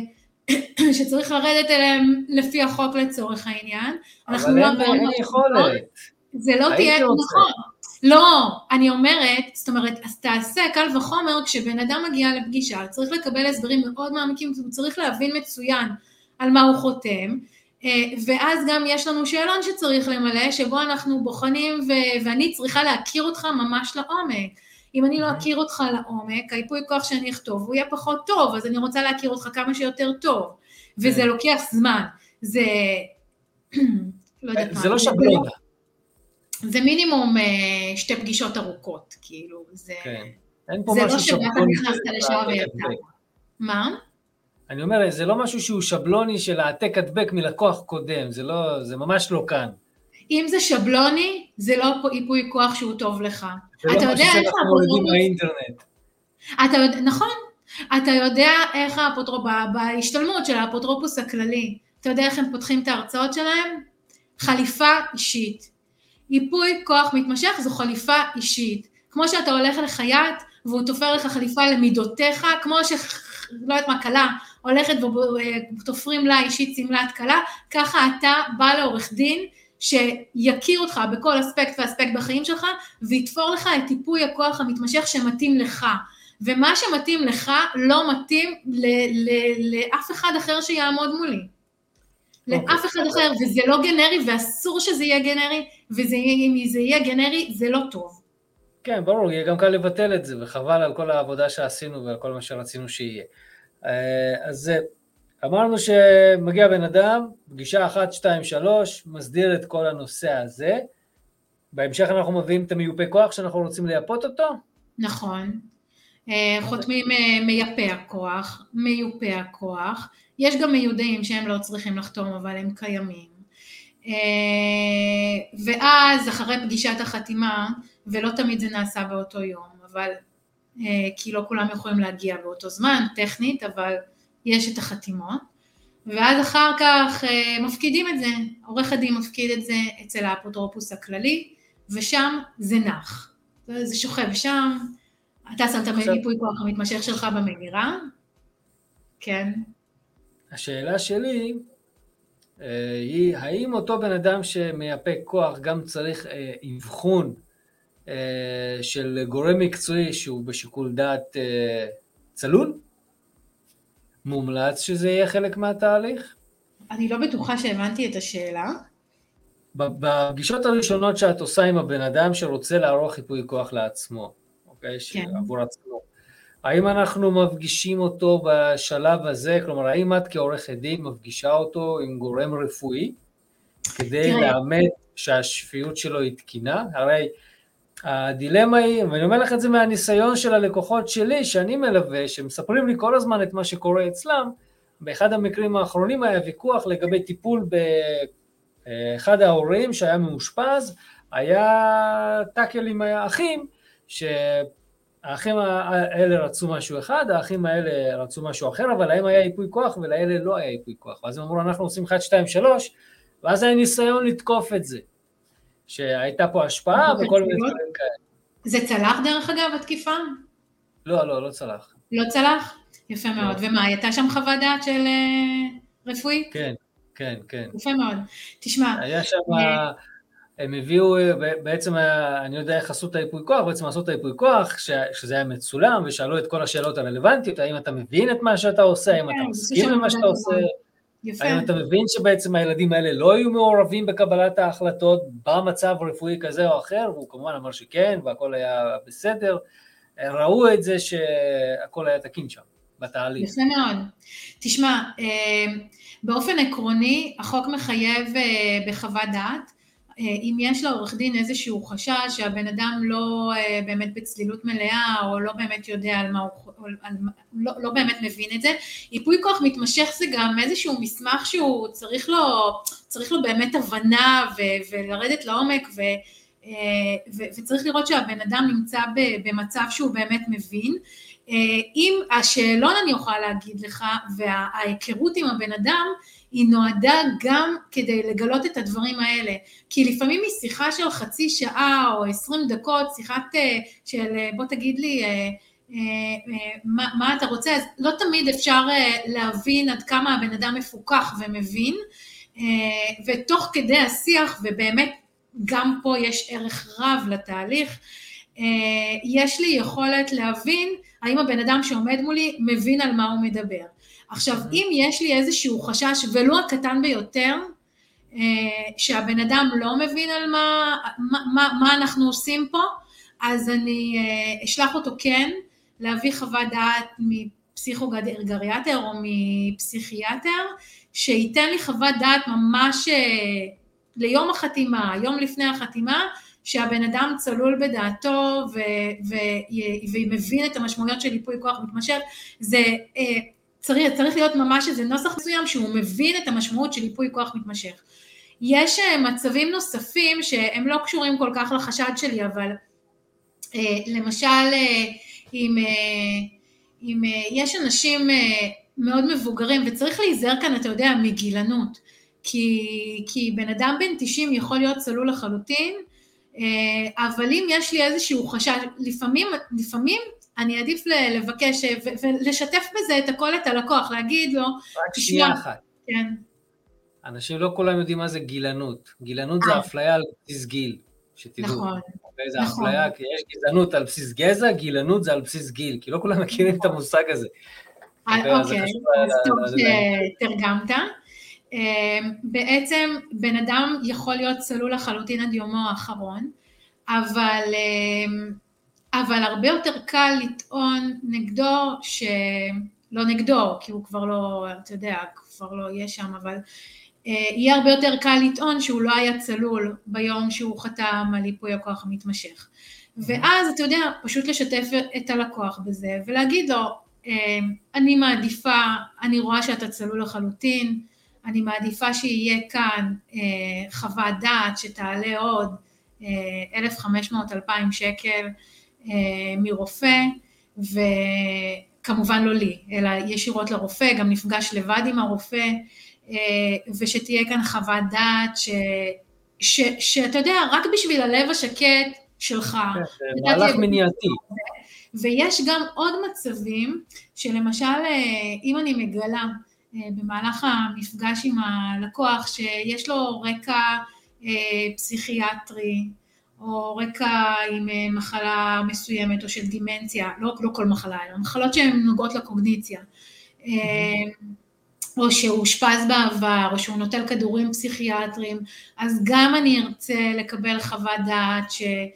שצריך לרדת אליהם לפי החוק לצורך העניין. אבל אין יכולת. זה לא תהיה, נכון. לא, אני אומרת, זאת אומרת, אז תעשה קל וחומר, כשבן אדם מגיע לפגישה, צריך לקבל הסברים מאוד מעמיקים, הוא צריך להבין מצוין על מה הוא חותם, ואז גם יש לנו שאלון שצריך למלא, שבו אנחנו בוחנים, ואני צריכה להכיר אותך ממש לעומק. אם אני לא אכיר אותך לעומק, היפוי כוח שאני אכתוב, הוא יהיה פחות טוב, אז אני רוצה להכיר אותך כמה שיותר טוב, וזה לוקח זמן. זה, לא יודעת מה. זה לא שבלונה. זה מינימום 2 פגישות ארוכות, כאילו, זה... כן. אין פה זה משהו לא שבאת שבלוני. נכנסת לשעה ויצא. מה? אני אומר, זה לא משהו שהוא שבלוני של העתק הדבק מלקוח קודם, זה ממש לא כאן. אם זה שבלוני, זה לא ייפוי כוח שהוא טוב לך. זה לא משהו שאנחנו מולדים מהאינטרנט. נכון, אתה יודע איך בהשתלמות של האפוטרופוס הכללי, אתה יודע איך הם פותחים את ההרצאות שלהם? חליפה אישית. ייפוי כוח מתמשך זו חליפה אישית. כמו שאתה הולך לחייט, והוא תופר לך חליפה למידותיך, כמו לא יודעת מה, קלה, הולכת ותופרים לה אישית סמלת קלה, ככה אתה בא לעורך דין, שיכיר אותך בכל אספקט ואספקט בחיים שלך, ויתפור לך את טיפוי הכוח המתמשך שמתאים לך. ומה שמתאים לך לא מתאים לאף אחד אחר שיעמוד מולי. לאף אחד אחר, וזה לא גנרי, ואסור שזה יהיה גנרי, ואם זה יהיה גנרי, זה לא טוב. כן, ברור, יהיה גם קל לבטל את זה, וחבל על כל העבודה שעשינו, ועל כל מה שרצינו שיהיה. אז אמרנו שמגיע בן אדם, פגישה 1, 2, 3, מסדיר את כל הנושא הזה, בהמשך אנחנו מביאים את המיופה כוח שאנחנו רוצים לייפות אותו? נכון, חותמים מייפה הכוח, מיופה הכוח, יש גם מיודעים שהם לא צריכים לחתום, אבל הם קיימים, ואז אחרי פגישת החתימה, ולא תמיד זה נעשה באותו יום, אבל כי לא כולם יכולים להגיע באותו זמן, טכנית, אבל יש את החתימות, ואז אחר כך מפקידים את זה, עורך הדין מפקיד את זה אצל האפוטרופוס הכללי, ושם זה נח, זה שוכב שם, אתה שם את המיפוי כוח המתמשך שלך במגירה, כן. השאלה שלי היא, האם אותו בן אדם שמייפה כוח גם צריך אבחון של גורם מקצועי שהוא בשיקול דעת צלול? מומלץ שזה יהיה חלק מהתהליך? אני לא בטוחה שהבנתי את השאלה. בפגישות הראשונות שאת עושה עם הבן אדם שרוצה לערוך ייפוי כוח לעצמו, אוקיי? כן. עבור עצמו. האם אנחנו מפגישים אותו בשלב הזה, כלומר, האם את כעורכת דין מפגישה אותו עם גורם רפואי, כדי לאמת שהשפיות שלו היא תקינה? הרי הדילמה היא, ואני אומר לך את זה מהניסיון של הלקוחות שלי, שאני מלווה, שמספרים לי כל הזמן את מה שקורה אצלם, באחד המקרים האחרונים היה ויכוח לגבי טיפול באחד ההורים שהיה מאושפז, היה טאקל עם האחים, שהאחים האלה רצו משהו אחד, האחים האלה רצו משהו אחר, אבל להם היה ייפוי כוח ולאלה לא היה ייפוי כוח, ואז הם אמרו אנחנו עושים 1, 2, 3, ואז היה ניסיון לתקוף את זה. שהייתה פה השפעה וכל מיני דברים כאלה. זה צלח דרך אגב התקיפה? לא צלח. לא צלח? יפה מאוד. ומה, הייתה שם חוות דעת של רפואי? כן. יפה מאוד. תשמע. היה שם, הם הביאו, בעצם, אני יודע איך עשו את היפוי כוח, בעצם עשו את היפוי כוח, שזה היה מצולם, ושאלו את כל השאלות הרלוונטיות, האם אתה מבין את מה שאתה עושה, האם אתה מסכים למה שאתה עושה, האם אתה מבין שבעצם הילדים האלה לא היו מעורבים בקבלת ההחלטות במצב רפואי כזה או אחר, והוא כמובן אמר שכן, והכל היה בסדר, ראו את זה שהכל היה תקין שם, בתהליך. יפה מאוד. תשמע, באופן עקרוני, החוק מחייב בחוות דעת, אם יש לעורך דין איזשהו חשש שהבן אדם לא באמת בצלילות מלאה, או לא באמת יודע על מה הוא, לא באמת מבין את זה, ייפוי כוח מתמשך זה גם איזשהו מסמך שהוא צריך לו באמת הבנה ולרדת לעומק, וצריך לראות שהבן אדם נמצא במצב שהוא באמת מבין. אם השאלון אני יכולה להגיד לך, וההיכרות עם הבן אדם, היא נועדה גם כדי לגלות את הדברים האלה, כי לפעמים היא שיחה של חצי שעה או 20 דקות, שיחת של בוא תגיד לי מה אתה רוצה, אז לא תמיד אפשר להבין עד כמה הבן אדם מפוקח ומבין, ותוך כדי השיח, ובאמת גם פה יש ערך רב לתהליך, יש לי יכולת להבין האם הבן אדם שעומד מולי מבין על מה הוא מדבר. עכשיו, אם יש לי איזשהו חשש, ולא הקטן ביותר, שהבן אדם לא מבין על מה אנחנו עושים פה, אז אני אשלח אותו כן, להביא חוות דעת מפסיכוגריאטר או מפסיכיאטר, שייתן לי חוות דעת ממש ליום החתימה, יום לפני החתימה, שהבן אדם צלול בדעתו, ומבין את המשמעויות של ייפוי כוח מתמשך. זה צריך להיות ממש איזה נוסח מסוים, שהוא מבין את המשמעות של ייפוי כוח מתמשך. יש מצבים נוספים, שהם לא קשורים כל כך לחשד שלי, אבל למשל, אם יש אנשים מאוד מבוגרים, וצריך להיזהר כאן, אתה יודע, מגילנות, כי בן אדם בן 90 יכול להיות צלול לחלוטין, אבל אם יש לי איזשהו חשש, לפעמים אני עדיף לבקש ולשתף בזה את הכל את הלקוח, להגיד לו, רק שנייה אחת. כן. אנשים לא כולם יודעים מה זה גילנות. גילנות זה אפליה על בסיס גיל, שתדעו. נכון. זה אפליה, כי יש גזענות על בסיס גזע, גילנות זה על בסיס גיל, כי לא כולם מכירים את המושג הזה. אוקיי, אז טוב שתרגמת. בעצם בן אדם יכול להיות צלול לחלוטין עד יומו האחרון, אבל הרבה יותר קל לטעון נגדו, לא נגדו, כי הוא כבר לא, אתה יודע, כבר לא יהיה שם, אבל יהיה הרבה יותר קל לטעון שהוא לא היה צלול ביום שהוא חתם על ייפוי הכוח המתמשך. ואז אתה יודע, פשוט לשתף את הלקוח בזה, ולהגיד לו, אני מעדיפה, אני רואה שאתה צלול לחלוטין, אני מעדיפה שיהיה כאן חוות דעת שתעלה עוד 1,500-2,000 שקל מרופא, וכמובן לא לי, אלא ישירות לרופא, גם נפגש לבד עם הרופא, ושתהיה כאן חוות דעת שאתה יודע, רק בשביל הלב השקט שלך. מהלך מניעתי. ויש גם עוד מצבים, שלמשל, אם אני מגלה במהלך המפגש עם הלקוח, שיש לו רקע פסיכיאטרי, או רקע עם מחלה מסוימת, או של דימנציה, לא כל מחלה, אלא מחלות שהן נוגעות לקוגניציה, או שהוא אושפז בעבר, או שהוא נוטל כדורים פסיכיאטריים, אז גם אני ארצה לקבל חוות דעת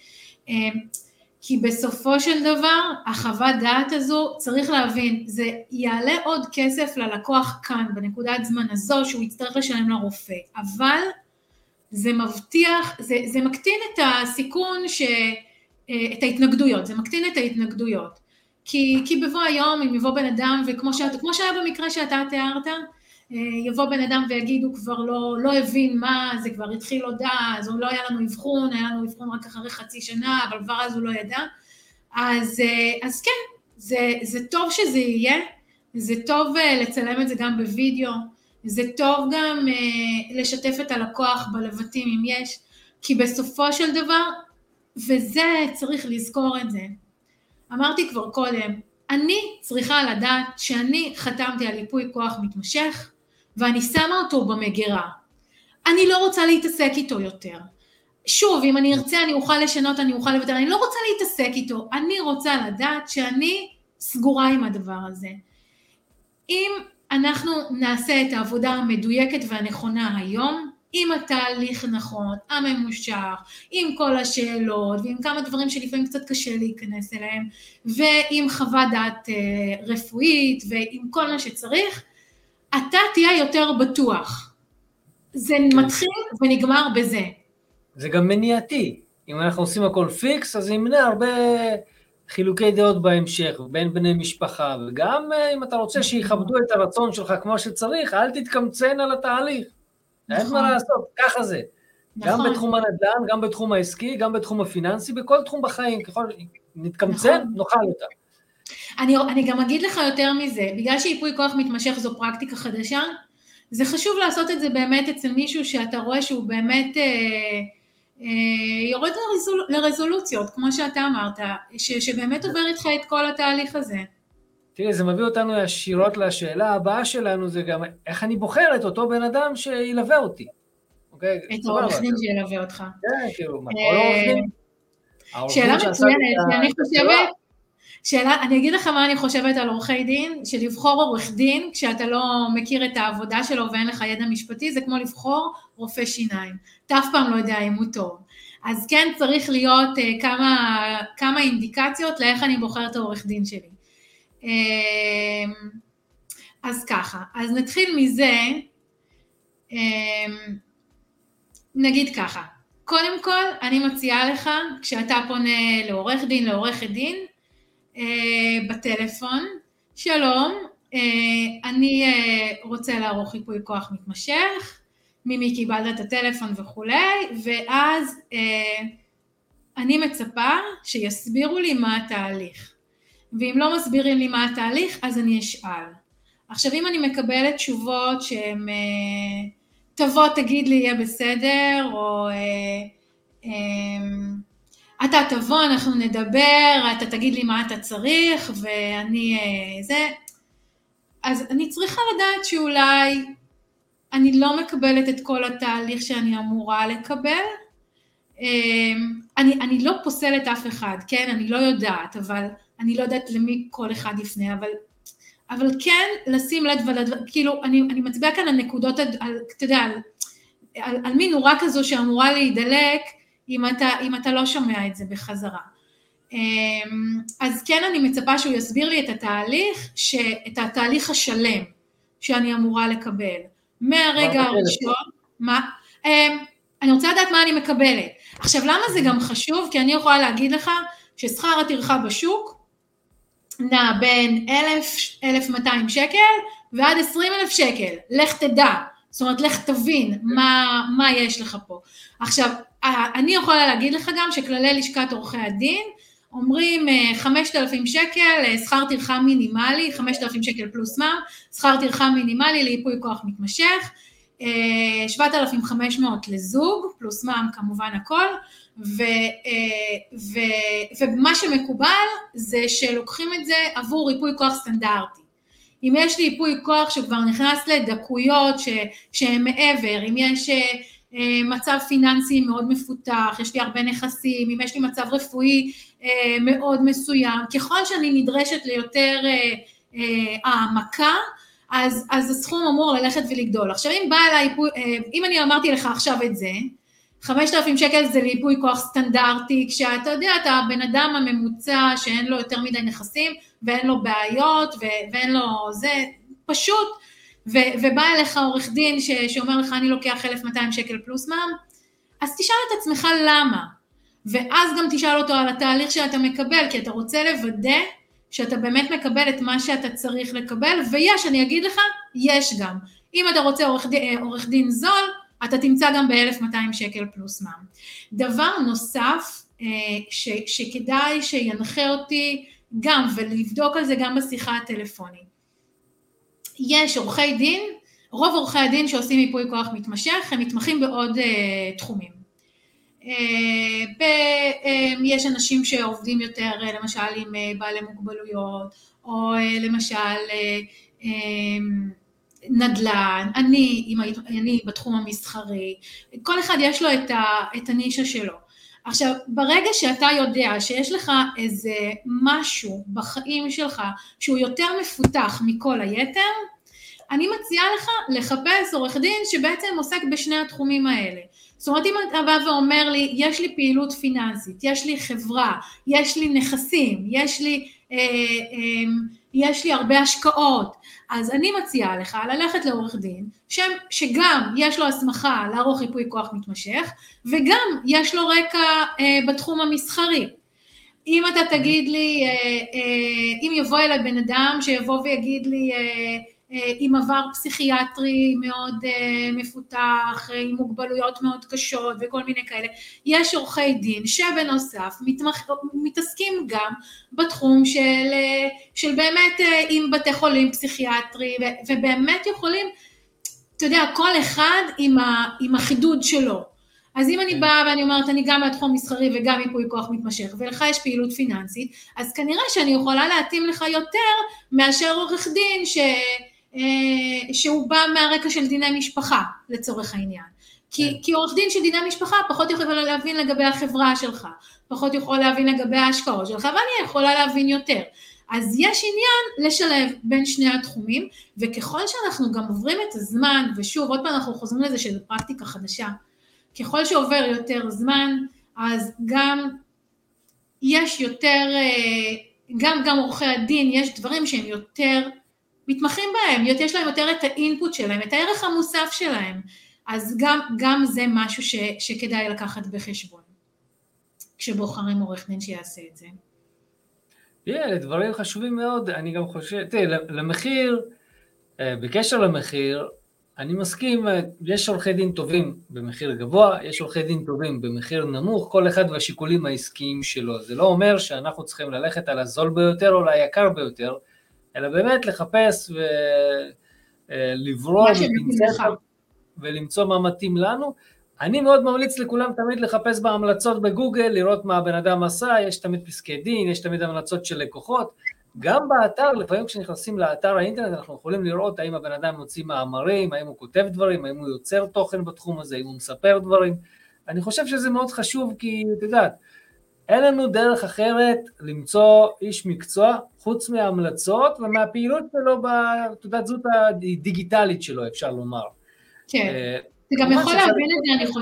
כי בסופו של דבר, החוות דעת הזו, צריך להבין, זה יעלה עוד כסף ללקוח כאן, בנקודת זמן הזו, שהוא יצטרך לשלם לרופא, אבל זה מבטיח, זה מקטין את הסיכון, את ההתנגדויות, זה מקטין את ההתנגדויות, כי בבוא היום, אם יבוא בן אדם, וכמו שהיה במקרה שאתה תיארת, יבוא בן אדם ויגיד, הוא כבר לא הבין מה, זה כבר התחיל הודע, אז לא היה לנו אבחון, היה לנו אבחון רק אחרי חצי שנה, אבל כבר אז הוא לא ידע, אז כן, זה טוב שזה יהיה, זה טוב לצלם את זה גם בווידאו, זה טוב גם לשתף את הלקוח בלבטים אם יש, כי בסופו של דבר, וזה צריך לזכור את זה, אמרתי כבר קודם, אני צריכה לדעת שאני חתמתי על ייפוי כוח מתמשך, ואני שמה אותו במגירה. אני לא רוצה להתעסק איתו יותר. שוב, אם אני ארצה, אני אוכל לשנות, אני אוכל לוותר, אני לא רוצה להתעסק איתו, אני רוצה לדעת שאני סגורה עם הדבר הזה. אם אנחנו נעשה את העבודה המדויקת והנכונה היום, עם התהליך נכון, הממושך, עם כל השאלות, ועם כמה דברים שלפעמים קצת קשה להיכנס אליהם, ועם חוות דעת רפואית, ועם כל מה שצריך, אתה תהיה יותר בטוח. זה מתחיל ונגמר בזה. זה גם מניעתי. אם אנחנו עושים הכל פיקס, אז ימנע הרבה חילוקי דעות בהמשך, בין בני משפחה, וגם אם אתה רוצה שיכבדו את הרצון שלך כמו שצריך, אל תתקמצן על התהליך. אין מה לעשות, ככה זה. גם בתחום הנדל"ן, גם בתחום העסקי, גם בתחום הפיננסי, בכל תחום בחיים, ככל נתקמצן, נאכל אותה. אני גם אגיד לך יותר מזה, בגלל שיפוי כוח מתמשך זו פרקטיקה חדשה, זה חשוב לעשות את זה באמת אצל מישהו שאתה רואה שהוא באמת יורד לרזולוציות, כמו שאתה אמרת, שבאמת עובר איתך את כל התהליך הזה. תראי, זה מביא אותנו ישירות לשאלה הבאה שלנו, זה גם איך אני בוחר את אותו בן אדם שילווה אותי. את העורך דין שילווה אותך. כן, כאילו, מה, כל עורך דין? שאלה מצוינת, אני אגיד לך מה אני חושבת על עורכי דין, שלבחור עורך דין, כשאתה לא מכיר את העבודה שלו ואין לך ידע משפטי, זה כמו לבחור רופא שיניים. אתה אף פעם לא יודע אם הוא טוב. אז כן צריך להיות כמה אינדיקציות לאיך אני בוחרת העורך דין שלי. אז ככה, אז נתחיל מזה, נגיד ככה, קודם כל אני מציעה לך, כשאתה פונה לעורך דין, לעורכת דין, בטלפון, שלום, אני רוצה לערוך ייפוי כוח מתמשך, ממי קיבלת את הטלפון וכולי, ואז אני מצפה שיסבירו לי מה התהליך. ואם לא מסבירים לי מה התהליך, אז אני אשאל. עכשיו, אם אני מקבלת תשובות שהן, תבוא, תגיד לי, יהיה בסדר, או אתה תבוא, אנחנו נדבר, אתה תגיד לי מה אתה צריך, ואני זה, אז אני צריכה לדעת שאולי אני לא מקבלת את כל התהליך שאני אמורה לקבל, אני לא פוסלת אף אחד, כן, אני לא יודעת, אבל אני לא יודעת למי כל אחד יפנה, אבל כן לשים לב, כאילו אני מצביעה כאן על נקודות, אתה יודע, על מין נורה כזו שאמורה להידלק, אם אתה לא שומע את זה בחזרה. אז כן אני מצפה שהוא יסביר לי את התהליך השלם שאני אמורה לקבל. מהרגע הראשון, אני רוצה לדעת מה אני מקבלת. עכשיו למה זה גם חשוב? כי אני יכולה להגיד לך ששכר הטרחה בשוק נע בין 1,200 שקל ועד 20,000 שקל. לך תדע. זאת אומרת, לך תבין מה יש לך פה. עכשיו, אני יכולה להגיד לך גם שכללי לשכת עורכי הדין, אומרים 5,000 שקל, שכר טרחה מינימלי, 5,000 שקל פלוס מע"מ, שכר טרחה מינימלי לייפוי כוח מתמשך, 7,500 לזוג, פלוס מע"מ כמובן הכל, ומה שמקובל זה שלוקחים את זה עבור ייפוי כוח סטנדרטי. אם יש לי ייפוי כוח שכבר נכנס לדקויות שהן מעבר, אם יש מצב פיננסי מאוד מפותח, יש לי הרבה נכסים, אם יש לי מצב רפואי מאוד מסוים, ככל שאני נדרשת ליותר העמקה, אז הסכום אמור ללכת ולגדול. עכשיו אם אני אמרתי לך עכשיו את זה, 5,000 שקל זה ליפוי כוח סטנדרטי, כשאתה יודע, אתה בן אדם הממוצע שאין לו יותר מדי נכסים, ואין לו בעיות, ואין לו זה, פשוט, ובא אליך עורך דין שאומר לך, אני לוקח 1,200 שקל פלוס מע"מ, אז תשאל את עצמך למה, ואז גם תשאל אותו על התהליך שאתה מקבל, כי אתה רוצה לוודא שאתה באמת מקבל את מה שאתה צריך לקבל, ויש, אני אגיד לך, יש גם. אם אתה רוצה עורך דין זול, אתה תמצא גם ב-1,200 שקל פלוס מע"מ. דבר נוסף שכדאי שינחה אותי גם, ולבדוק על זה גם בשיחה הטלפונית. יש עורכי דין, רוב עורכי הדין שעושים ייפוי כוח מתמשך, הם מתמחים בעוד תחומים. יש אנשים שעובדים יותר, למשל עם בעלי מוגבלויות, או למשל נדל"ן, אני בתחום המסחרי, כל אחד יש לו את הנישה שלו. עכשיו, ברגע שאתה יודע שיש לך איזה משהו בחיים שלך שהוא יותר מפותח מכל היתר, אני מציעה לך לחפש עורך דין שבעצם עוסק בשני התחומים האלה. זאת אומרת, אם אתה בא ואומר לי, יש לי פעילות פיננסית, יש לי חברה, יש לי נכסים, יש לי הרבה השקעות, אז אני מציעה לך ללכת לעורך דין, שגם יש לו הסמכה לערוך ייפוי כוח מתמשך, וגם יש לו רקע בתחום המסחרי. אם אתה תגיד לי, אם יבוא אליי בן אדם שיבוא ויגיד לי, עם עבר פסיכיאטרי מאוד מפותח, עם מוגבלויות מאוד קשות וכל מיני כאלה. יש עורכי דין שבנוסף מתעסקים גם בתחום של באמת עם בתי חולים פסיכיאטרי, ובאמת יכולים, אתה יודע, כל אחד עם החידוד שלו. אז אם אני באה ואני אומרת, אני גם מהתחום מסחרי וגם ייפוי כוח מתמשך, ולך יש פעילות פיננסית, אז כנראה שאני יכולה להתאים לך יותר מאשר עורך דין שהוא בא מהרקע של דיני משפחה, לצורך העניין. כי עורך דין של דיני משפחה פחות יכול להבין לגבי החברה שלך, פחות יכול להבין לגבי ההשקעות שלך, ואני יכולה להבין יותר. אז יש עניין לשלב בין שני התחומים, וככל שאנחנו גם עוברים את הזמן, ושוב, עוד פעם אנחנו חוזרים לזה שזו פרקטיקה חדשה, ככל שעובר יותר זמן, אז גם יש יותר, גם עורכי הדין, יש דברים שהם יותר מתמחים בהם, יש להם יותר את האינפוט שלהם, את הערך המוסף שלהם, אז גם זה משהו שכדאי לקחת בחשבון, כשבוחרים עורך דין שיעשה את זה. דברים חשובים מאוד, אני גם חושב, תראה, למחיר, בקשר למחיר, אני מסכים, יש עורכי דין טובים במחיר גבוה, יש עורכי דין טובים במחיר נמוך, כל אחד והשיקולים העסקיים שלו. זה לא אומר שאנחנו צריכים ללכת על הזול ביותר או ליקר ביותר, אלא באמת לחפש ולברוא ולמצוא מה מתאים לנו. אני מאוד ממליץ לכולם תמיד לחפש בהמלצות בגוגל, לראות מה הבן אדם עשה, יש תמיד פסקי דין, יש תמיד המלצות של לקוחות, גם באתר, לפעמים כשנכנסים לאתר האינטרנט, אנחנו יכולים לראות האם הבן אדם מוציא מאמרים, האם הוא כותב דברים, האם הוא יוצר תוכן בתחום הזה, האם הוא מספר דברים. אני חושב שזה מאוד חשוב, כי את יודעת, אין לנו דרך אחרת למצוא איש מקצוע, חוץ מההמלצות ומהפעילות שלו בתעודת זהות הדיגיטלית שלו, אפשר לומר. כן, אתה גם יכול להבין את זה, אני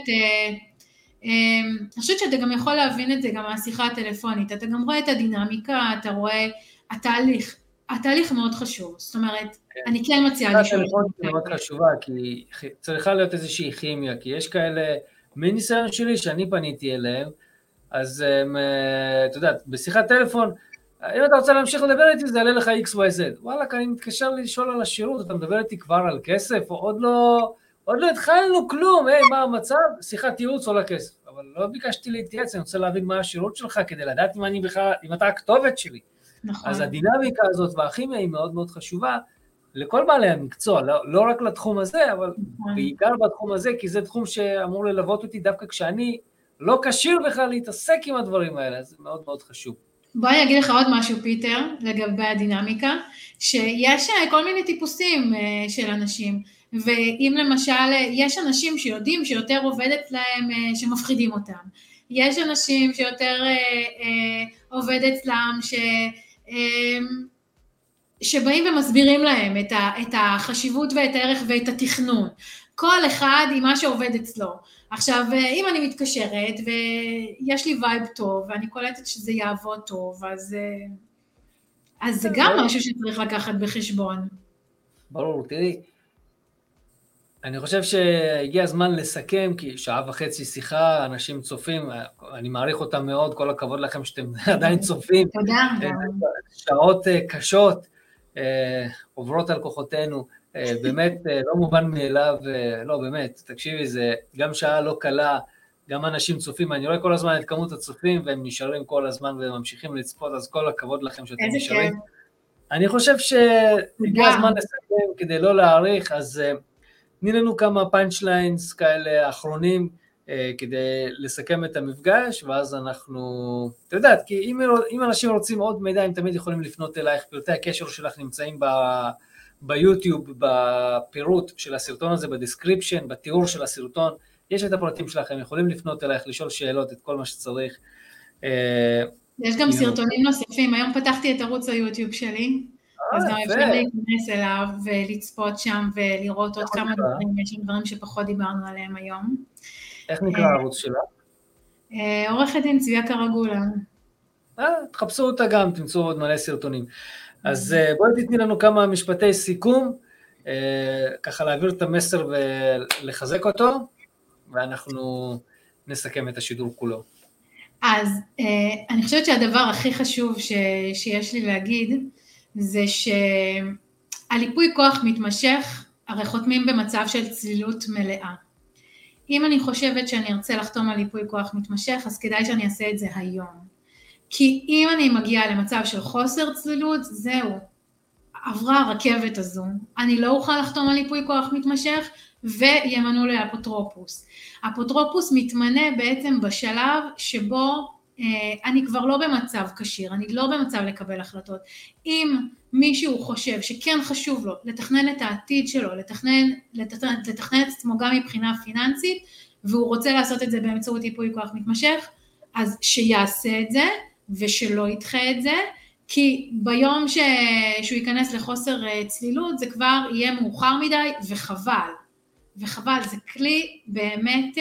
חושבת שאתה גם יכול להבין את זה גם מהשיחה הטלפונית, אתה גם רואה את הדינמיקה, אתה רואה התהליך מאוד חשוב, זאת אומרת, אני כן מציעה לשאול. השיחה הטלפונית מאוד חשובה, כי צריכה להיות איזושהי כימיה, כי יש כאלה, מניסיון שלי שאני פניתי אליהם, אז אתה יודעת, בשיחת טלפון, אם אתה רוצה להמשיך לדבר איתי, זה יעלה לך XYZ, וואלה, אני מתקשר לשאול על השירות, אתה מדבר איתי כבר על כסף, או עוד לא התחלנו כלום, מה המצב? שיחת ייעוץ עולה כסף, אבל לא ביקשתי להתייעץ, אני רוצה להבין מה השירות שלך, כדי לדעת אם אתה הכתובת שלי. נכון. אז הדינמיקה הזאת והכימיה היא מאוד מאוד חשובה, לכל בעלי המקצוע, לא רק לתחום הזה, אבל בעיקר בתחום הזה, כי זה תחום שאמור ללוות אותי דווקא כשאני לא קשיר בכלל להתעסק עם הדברים האלה, זה מאוד מאוד חשוב. בוא אני אגיד לך עוד משהו, פיטר, לגבי הדינמיקה, שיש כל מיני טיפוסים של אנשים, ואם למשל, יש אנשים שיודעים שיותר עובדת להם, שמפחידים אותם, יש אנשים שיותר עובד אצלם, שבאים ומסבירים להם את החשיבות ואת הערך ואת התכנון, כל אחד עם מה שעובד אצלו. עכשיו, אם אני מתקשרת ויש לי וייב טוב, ואני קולטת שזה יעבוד טוב, אז זה גם משהו שצריך לקחת בחשבון. ברור, תראי, אני חושב שהגיע הזמן לסכם, כי שעה וחצי שיחה, אנשים צופים, אני מעריך אותם מאוד, כל הכבוד לכם שאתם עדיין צופים. תודה. שעות קשות, עוברות על כוחותינו, באמת לא מובן מאליו, לא באמת, תקשיבי, זה גם שעה לא קלה, גם אנשים צופים, אני רואה כל הזמן את כמות הצופים, והם נשארים כל הזמן וממשיכים לצפות, אז כל הכבוד לכם שאתם נשארים. אני חושב שהגיע הזמן לסכם כדי לא להאריך, אז תני לנו כמה פאנצ'ליינס כאלה אחרונים, כדי לסכם את המפגש, ואז אנחנו, אתה יודעת, כי אם אנשים רוצים עוד מידע, הם תמיד יכולים לפנות אלייך, פרטי הקשר שלך נמצאים ביוטיוב, בפירוט של הסרטון הזה, בדסקריפשן, בתיאור של הסרטון, יש את הפרטים שלכם, יכולים לפנות אלייך, לשאול שאלות, את כל מה שצריך. יש גם סרטונים נוספים, היום פתחתי את ערוץ היוטיוב שלי, אז גם אפשר להיכנס אליו ולצפות שם ולראות עוד כמה דברים, יש שם דברים שפחות דיברנו עליהם היום. איך נקרא הערוץ שלה? עורכת דין צביה קרגולה. תחפשו אותה גם, תמצאו עוד מלא סרטונים. אז בואי תתני לנו כמה משפטי סיכום, ככה להעביר את המסר ולחזק אותו, ואנחנו נסכם את השידור כולו. אז אני חושבת שהדבר הכי חשוב שיש לי להגיד, זה על ייפוי כוח מתמשך, הרי חותמים במצב של צלילות מלאה. אם אני חושבת שאני ארצה לחתום על ייפוי כוח מתמשך, אז כדאי שאני אעשה את זה היום. כי אם אני מגיעה למצב של חוסר צלילות, זהו, עברה הרכבת הזו. אני לא אוכל לחתום על ייפוי כוח מתמשך, וימנו לאפוטרופוס. אפוטרופוס מתמנה בעצם בשלב שבו אני כבר לא במצב קשיר, אני לא במצב לקבל החלטות. אם מישהו חושב שכן חשוב לו לתכנן את העתיד שלו, לתכנן את עצמו גם מבחינה פיננסית, והוא רוצה לעשות את זה באמצעות ייפוי כוח מתמשך, אז שיעשה את זה, ושלא ידחה את זה, כי ביום שהוא ייכנס לחוסר צלילות, זה כבר יהיה מאוחר מדי, וחבל. וחבל, זה כלי באמת,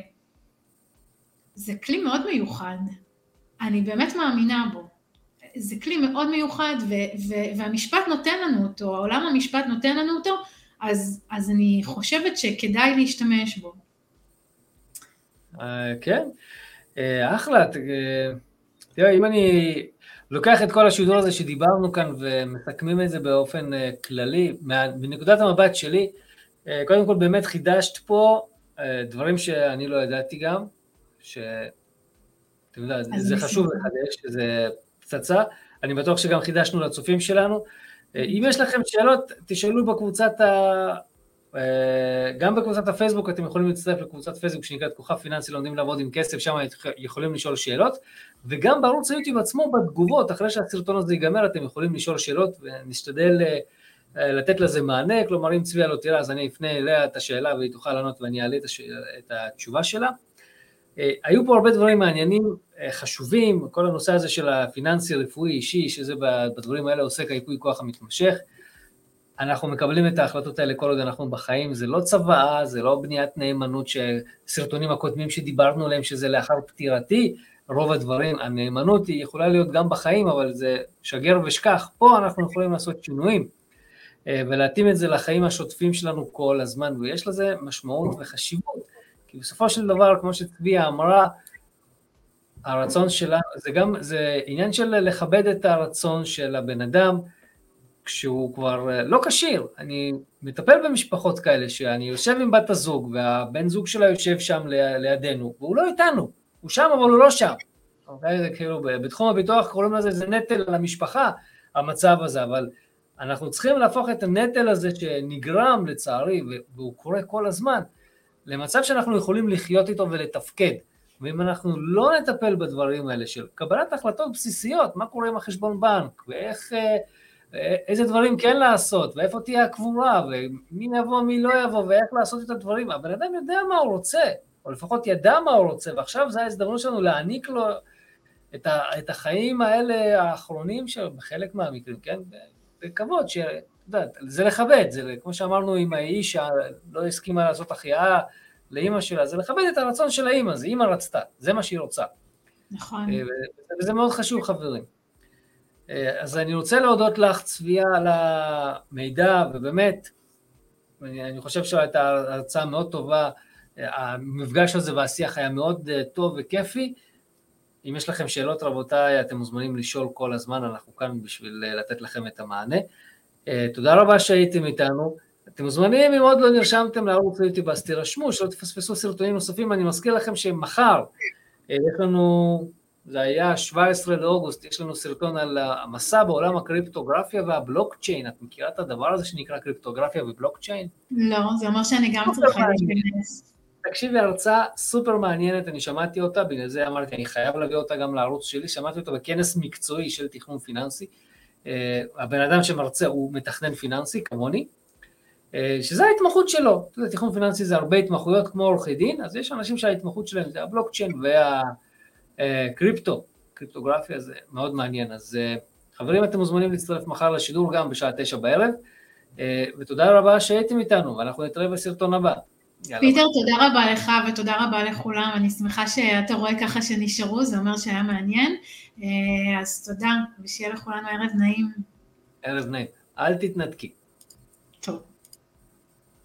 זה כלי מאוד מיוחד. אני באמת מאמינה בו. זה כלי מאוד מיוחד, והמשפט נותן לנו אותו, העולם המשפט נותן לנו אותו, אז אני חושבת שכדאי להשתמש בו. כן, אחלה. תראה, אם אני לוקח את כל השידור הזה שדיברנו כאן, ומסכמים את זה באופן כללי, בנקודת המבט שלי, קודם כל באמת חידשת פה דברים שאני לא ידעתי גם, אתם יודעים, זה חשוב לחדש, זה פצצה, אני בטוח שגם חידשנו לצופים שלנו. אם יש לכם שאלות, תשאלו בקבוצת, גם בקבוצת הפייסבוק, אתם יכולים להצטרף לקבוצת פייסבוק שנקראת כוכב פיננסי לומדים לעבוד עם כסף, שם יכולים לשאול שאלות, וגם בערוץ היוטיוב עצמו בתגובות, אחרי שהסרטון הזה ייגמר, אתם יכולים לשאול שאלות, ונשתדל לתת לזה מענה, כלומר אם צביה לא תראה, אז אני אפנה אליה את השאלה, והיא תוכל לענות ואני אעלה את התשובה שלה. היו פה הרבה דברים מעניינים, חשובים, כל הנושא הזה של הפיננסי, רפואי, אישי, שזה בדברים האלה עוסק הייפוי כוח המתמשך, אנחנו מקבלים את ההחלטות האלה כל עוד אנחנו בחיים, זה לא צבא, זה לא בניית נאמנות, שסרטונים הקודמים שדיברנו עליהם, שזה לאחר פטירתי, רוב הדברים, הנאמנות היא יכולה להיות גם בחיים, אבל זה שגר ושכח, פה אנחנו יכולים לעשות שינויים, ולהתאים את זה לחיים השוטפים שלנו כל הזמן, ויש לזה משמעות וחשיבות, כי בסופו של דבר, כמו שצביה אמרה, הרצון שלה, זה עניין של לכבד את הרצון של הבן אדם, כשהוא כבר לא קשיר. אני מטפל במשפחות כאלה, שאני יושב עם בת הזוג, והבן זוג שלה יושב שם לידינו, והוא לא איתנו, הוא שם אבל הוא לא שם. כאילו, בתחום הביטוח קוראים לזה, זה נטל על המשפחה, המצב הזה, אבל אנחנו צריכים להפוך את הנטל הזה שנגרם לצערי, והוא קורה כל הזמן, למצב שאנחנו יכולים לחיות איתו ולתפקד. ואם אנחנו לא נטפל בדברים האלה של קבלת החלטות בסיסיות, מה קורה עם החשבון בנק, ואיך, איזה דברים כן לעשות, ואיפה תהיה הקבורה, ומי יבוא, מי לא יבוא, ואיך לעשות את הדברים, הבן אדם יודע מה הוא רוצה, או לפחות ידע מה הוא רוצה, ועכשיו זה ההזדמנות שלנו להעניק לו את החיים האלה האחרונים, שבחלק מהמקרים, כן, בכבוד, זה לכבד, זה כמו שאמרנו עם האיש שלא הסכימה לעשות החייאה לאמא שלה, זה לכבד את הרצון של האמא, זה אמא רצתה, זה מה שהיא רוצה. נכון. וזה מאוד חשוב, חברים. אז אני רוצה להודות לך, צביה, על המידע, ובאמת, אני חושב שהייתה הרצאה מאוד טובה, המפגש הזה והשיח היה מאוד טוב וכיפי. אם יש לכם שאלות, רבותיי, אתם מוזמנים לשאול כל הזמן, אנחנו כאן בשביל לתת לכם את המענה. תודה רבה שהייתם איתנו. אתם מוזמנים, אם עוד לא נרשמתם לערוץ היוטיוב, אז תירשמו, שלא תפספסו סרטונים נוספים. אני מזכיר לכם שמחר, יש לנו, זה היה 17 לאוגוסט, יש לנו סרטון על המסע בעולם הקריפטוגרפיה והבלוקצ'יין. את מכירה את הדבר הזה שנקרא קריפטוגרפיה ובלוקצ'יין? לא, זה אומר שאני גם צריכה להיכנס. תקשיבי, הרצאה סופר מעניינת, אני שמעתי אותה, בגלל זה אמרתי, אני חייב להביא אותה גם לערוץ שלי, שמעתי אותה בכנס מקצועי של תכנון פיננסי, הבן אדם שמרצה הוא מתכנן פיננסי, כמוני, שזה ההתמחות שלו, תכנון פיננסי זה הרבה התמחויות כמו עורכי דין, אז יש אנשים שההתמחות שלהם זה הבלוקצ'יין קריפטוגרפיה, זה מאוד מעניין, אז חברים, אתם מוזמנים להצטרף מחר לשידור גם בשעה 9 בערב, ותודה רבה שהייתם איתנו, ואנחנו נתראה בסרטון הבא. פיטר, תודה רבה לך ותודה רבה לכולם, אני שמחה שאתה רואה ככה שנשארו, זה אומר שהיה מעניין, אז תודה, ושיהיה לכולנו ערב נעים. ערב נעים, אל תתנתקי. טוב.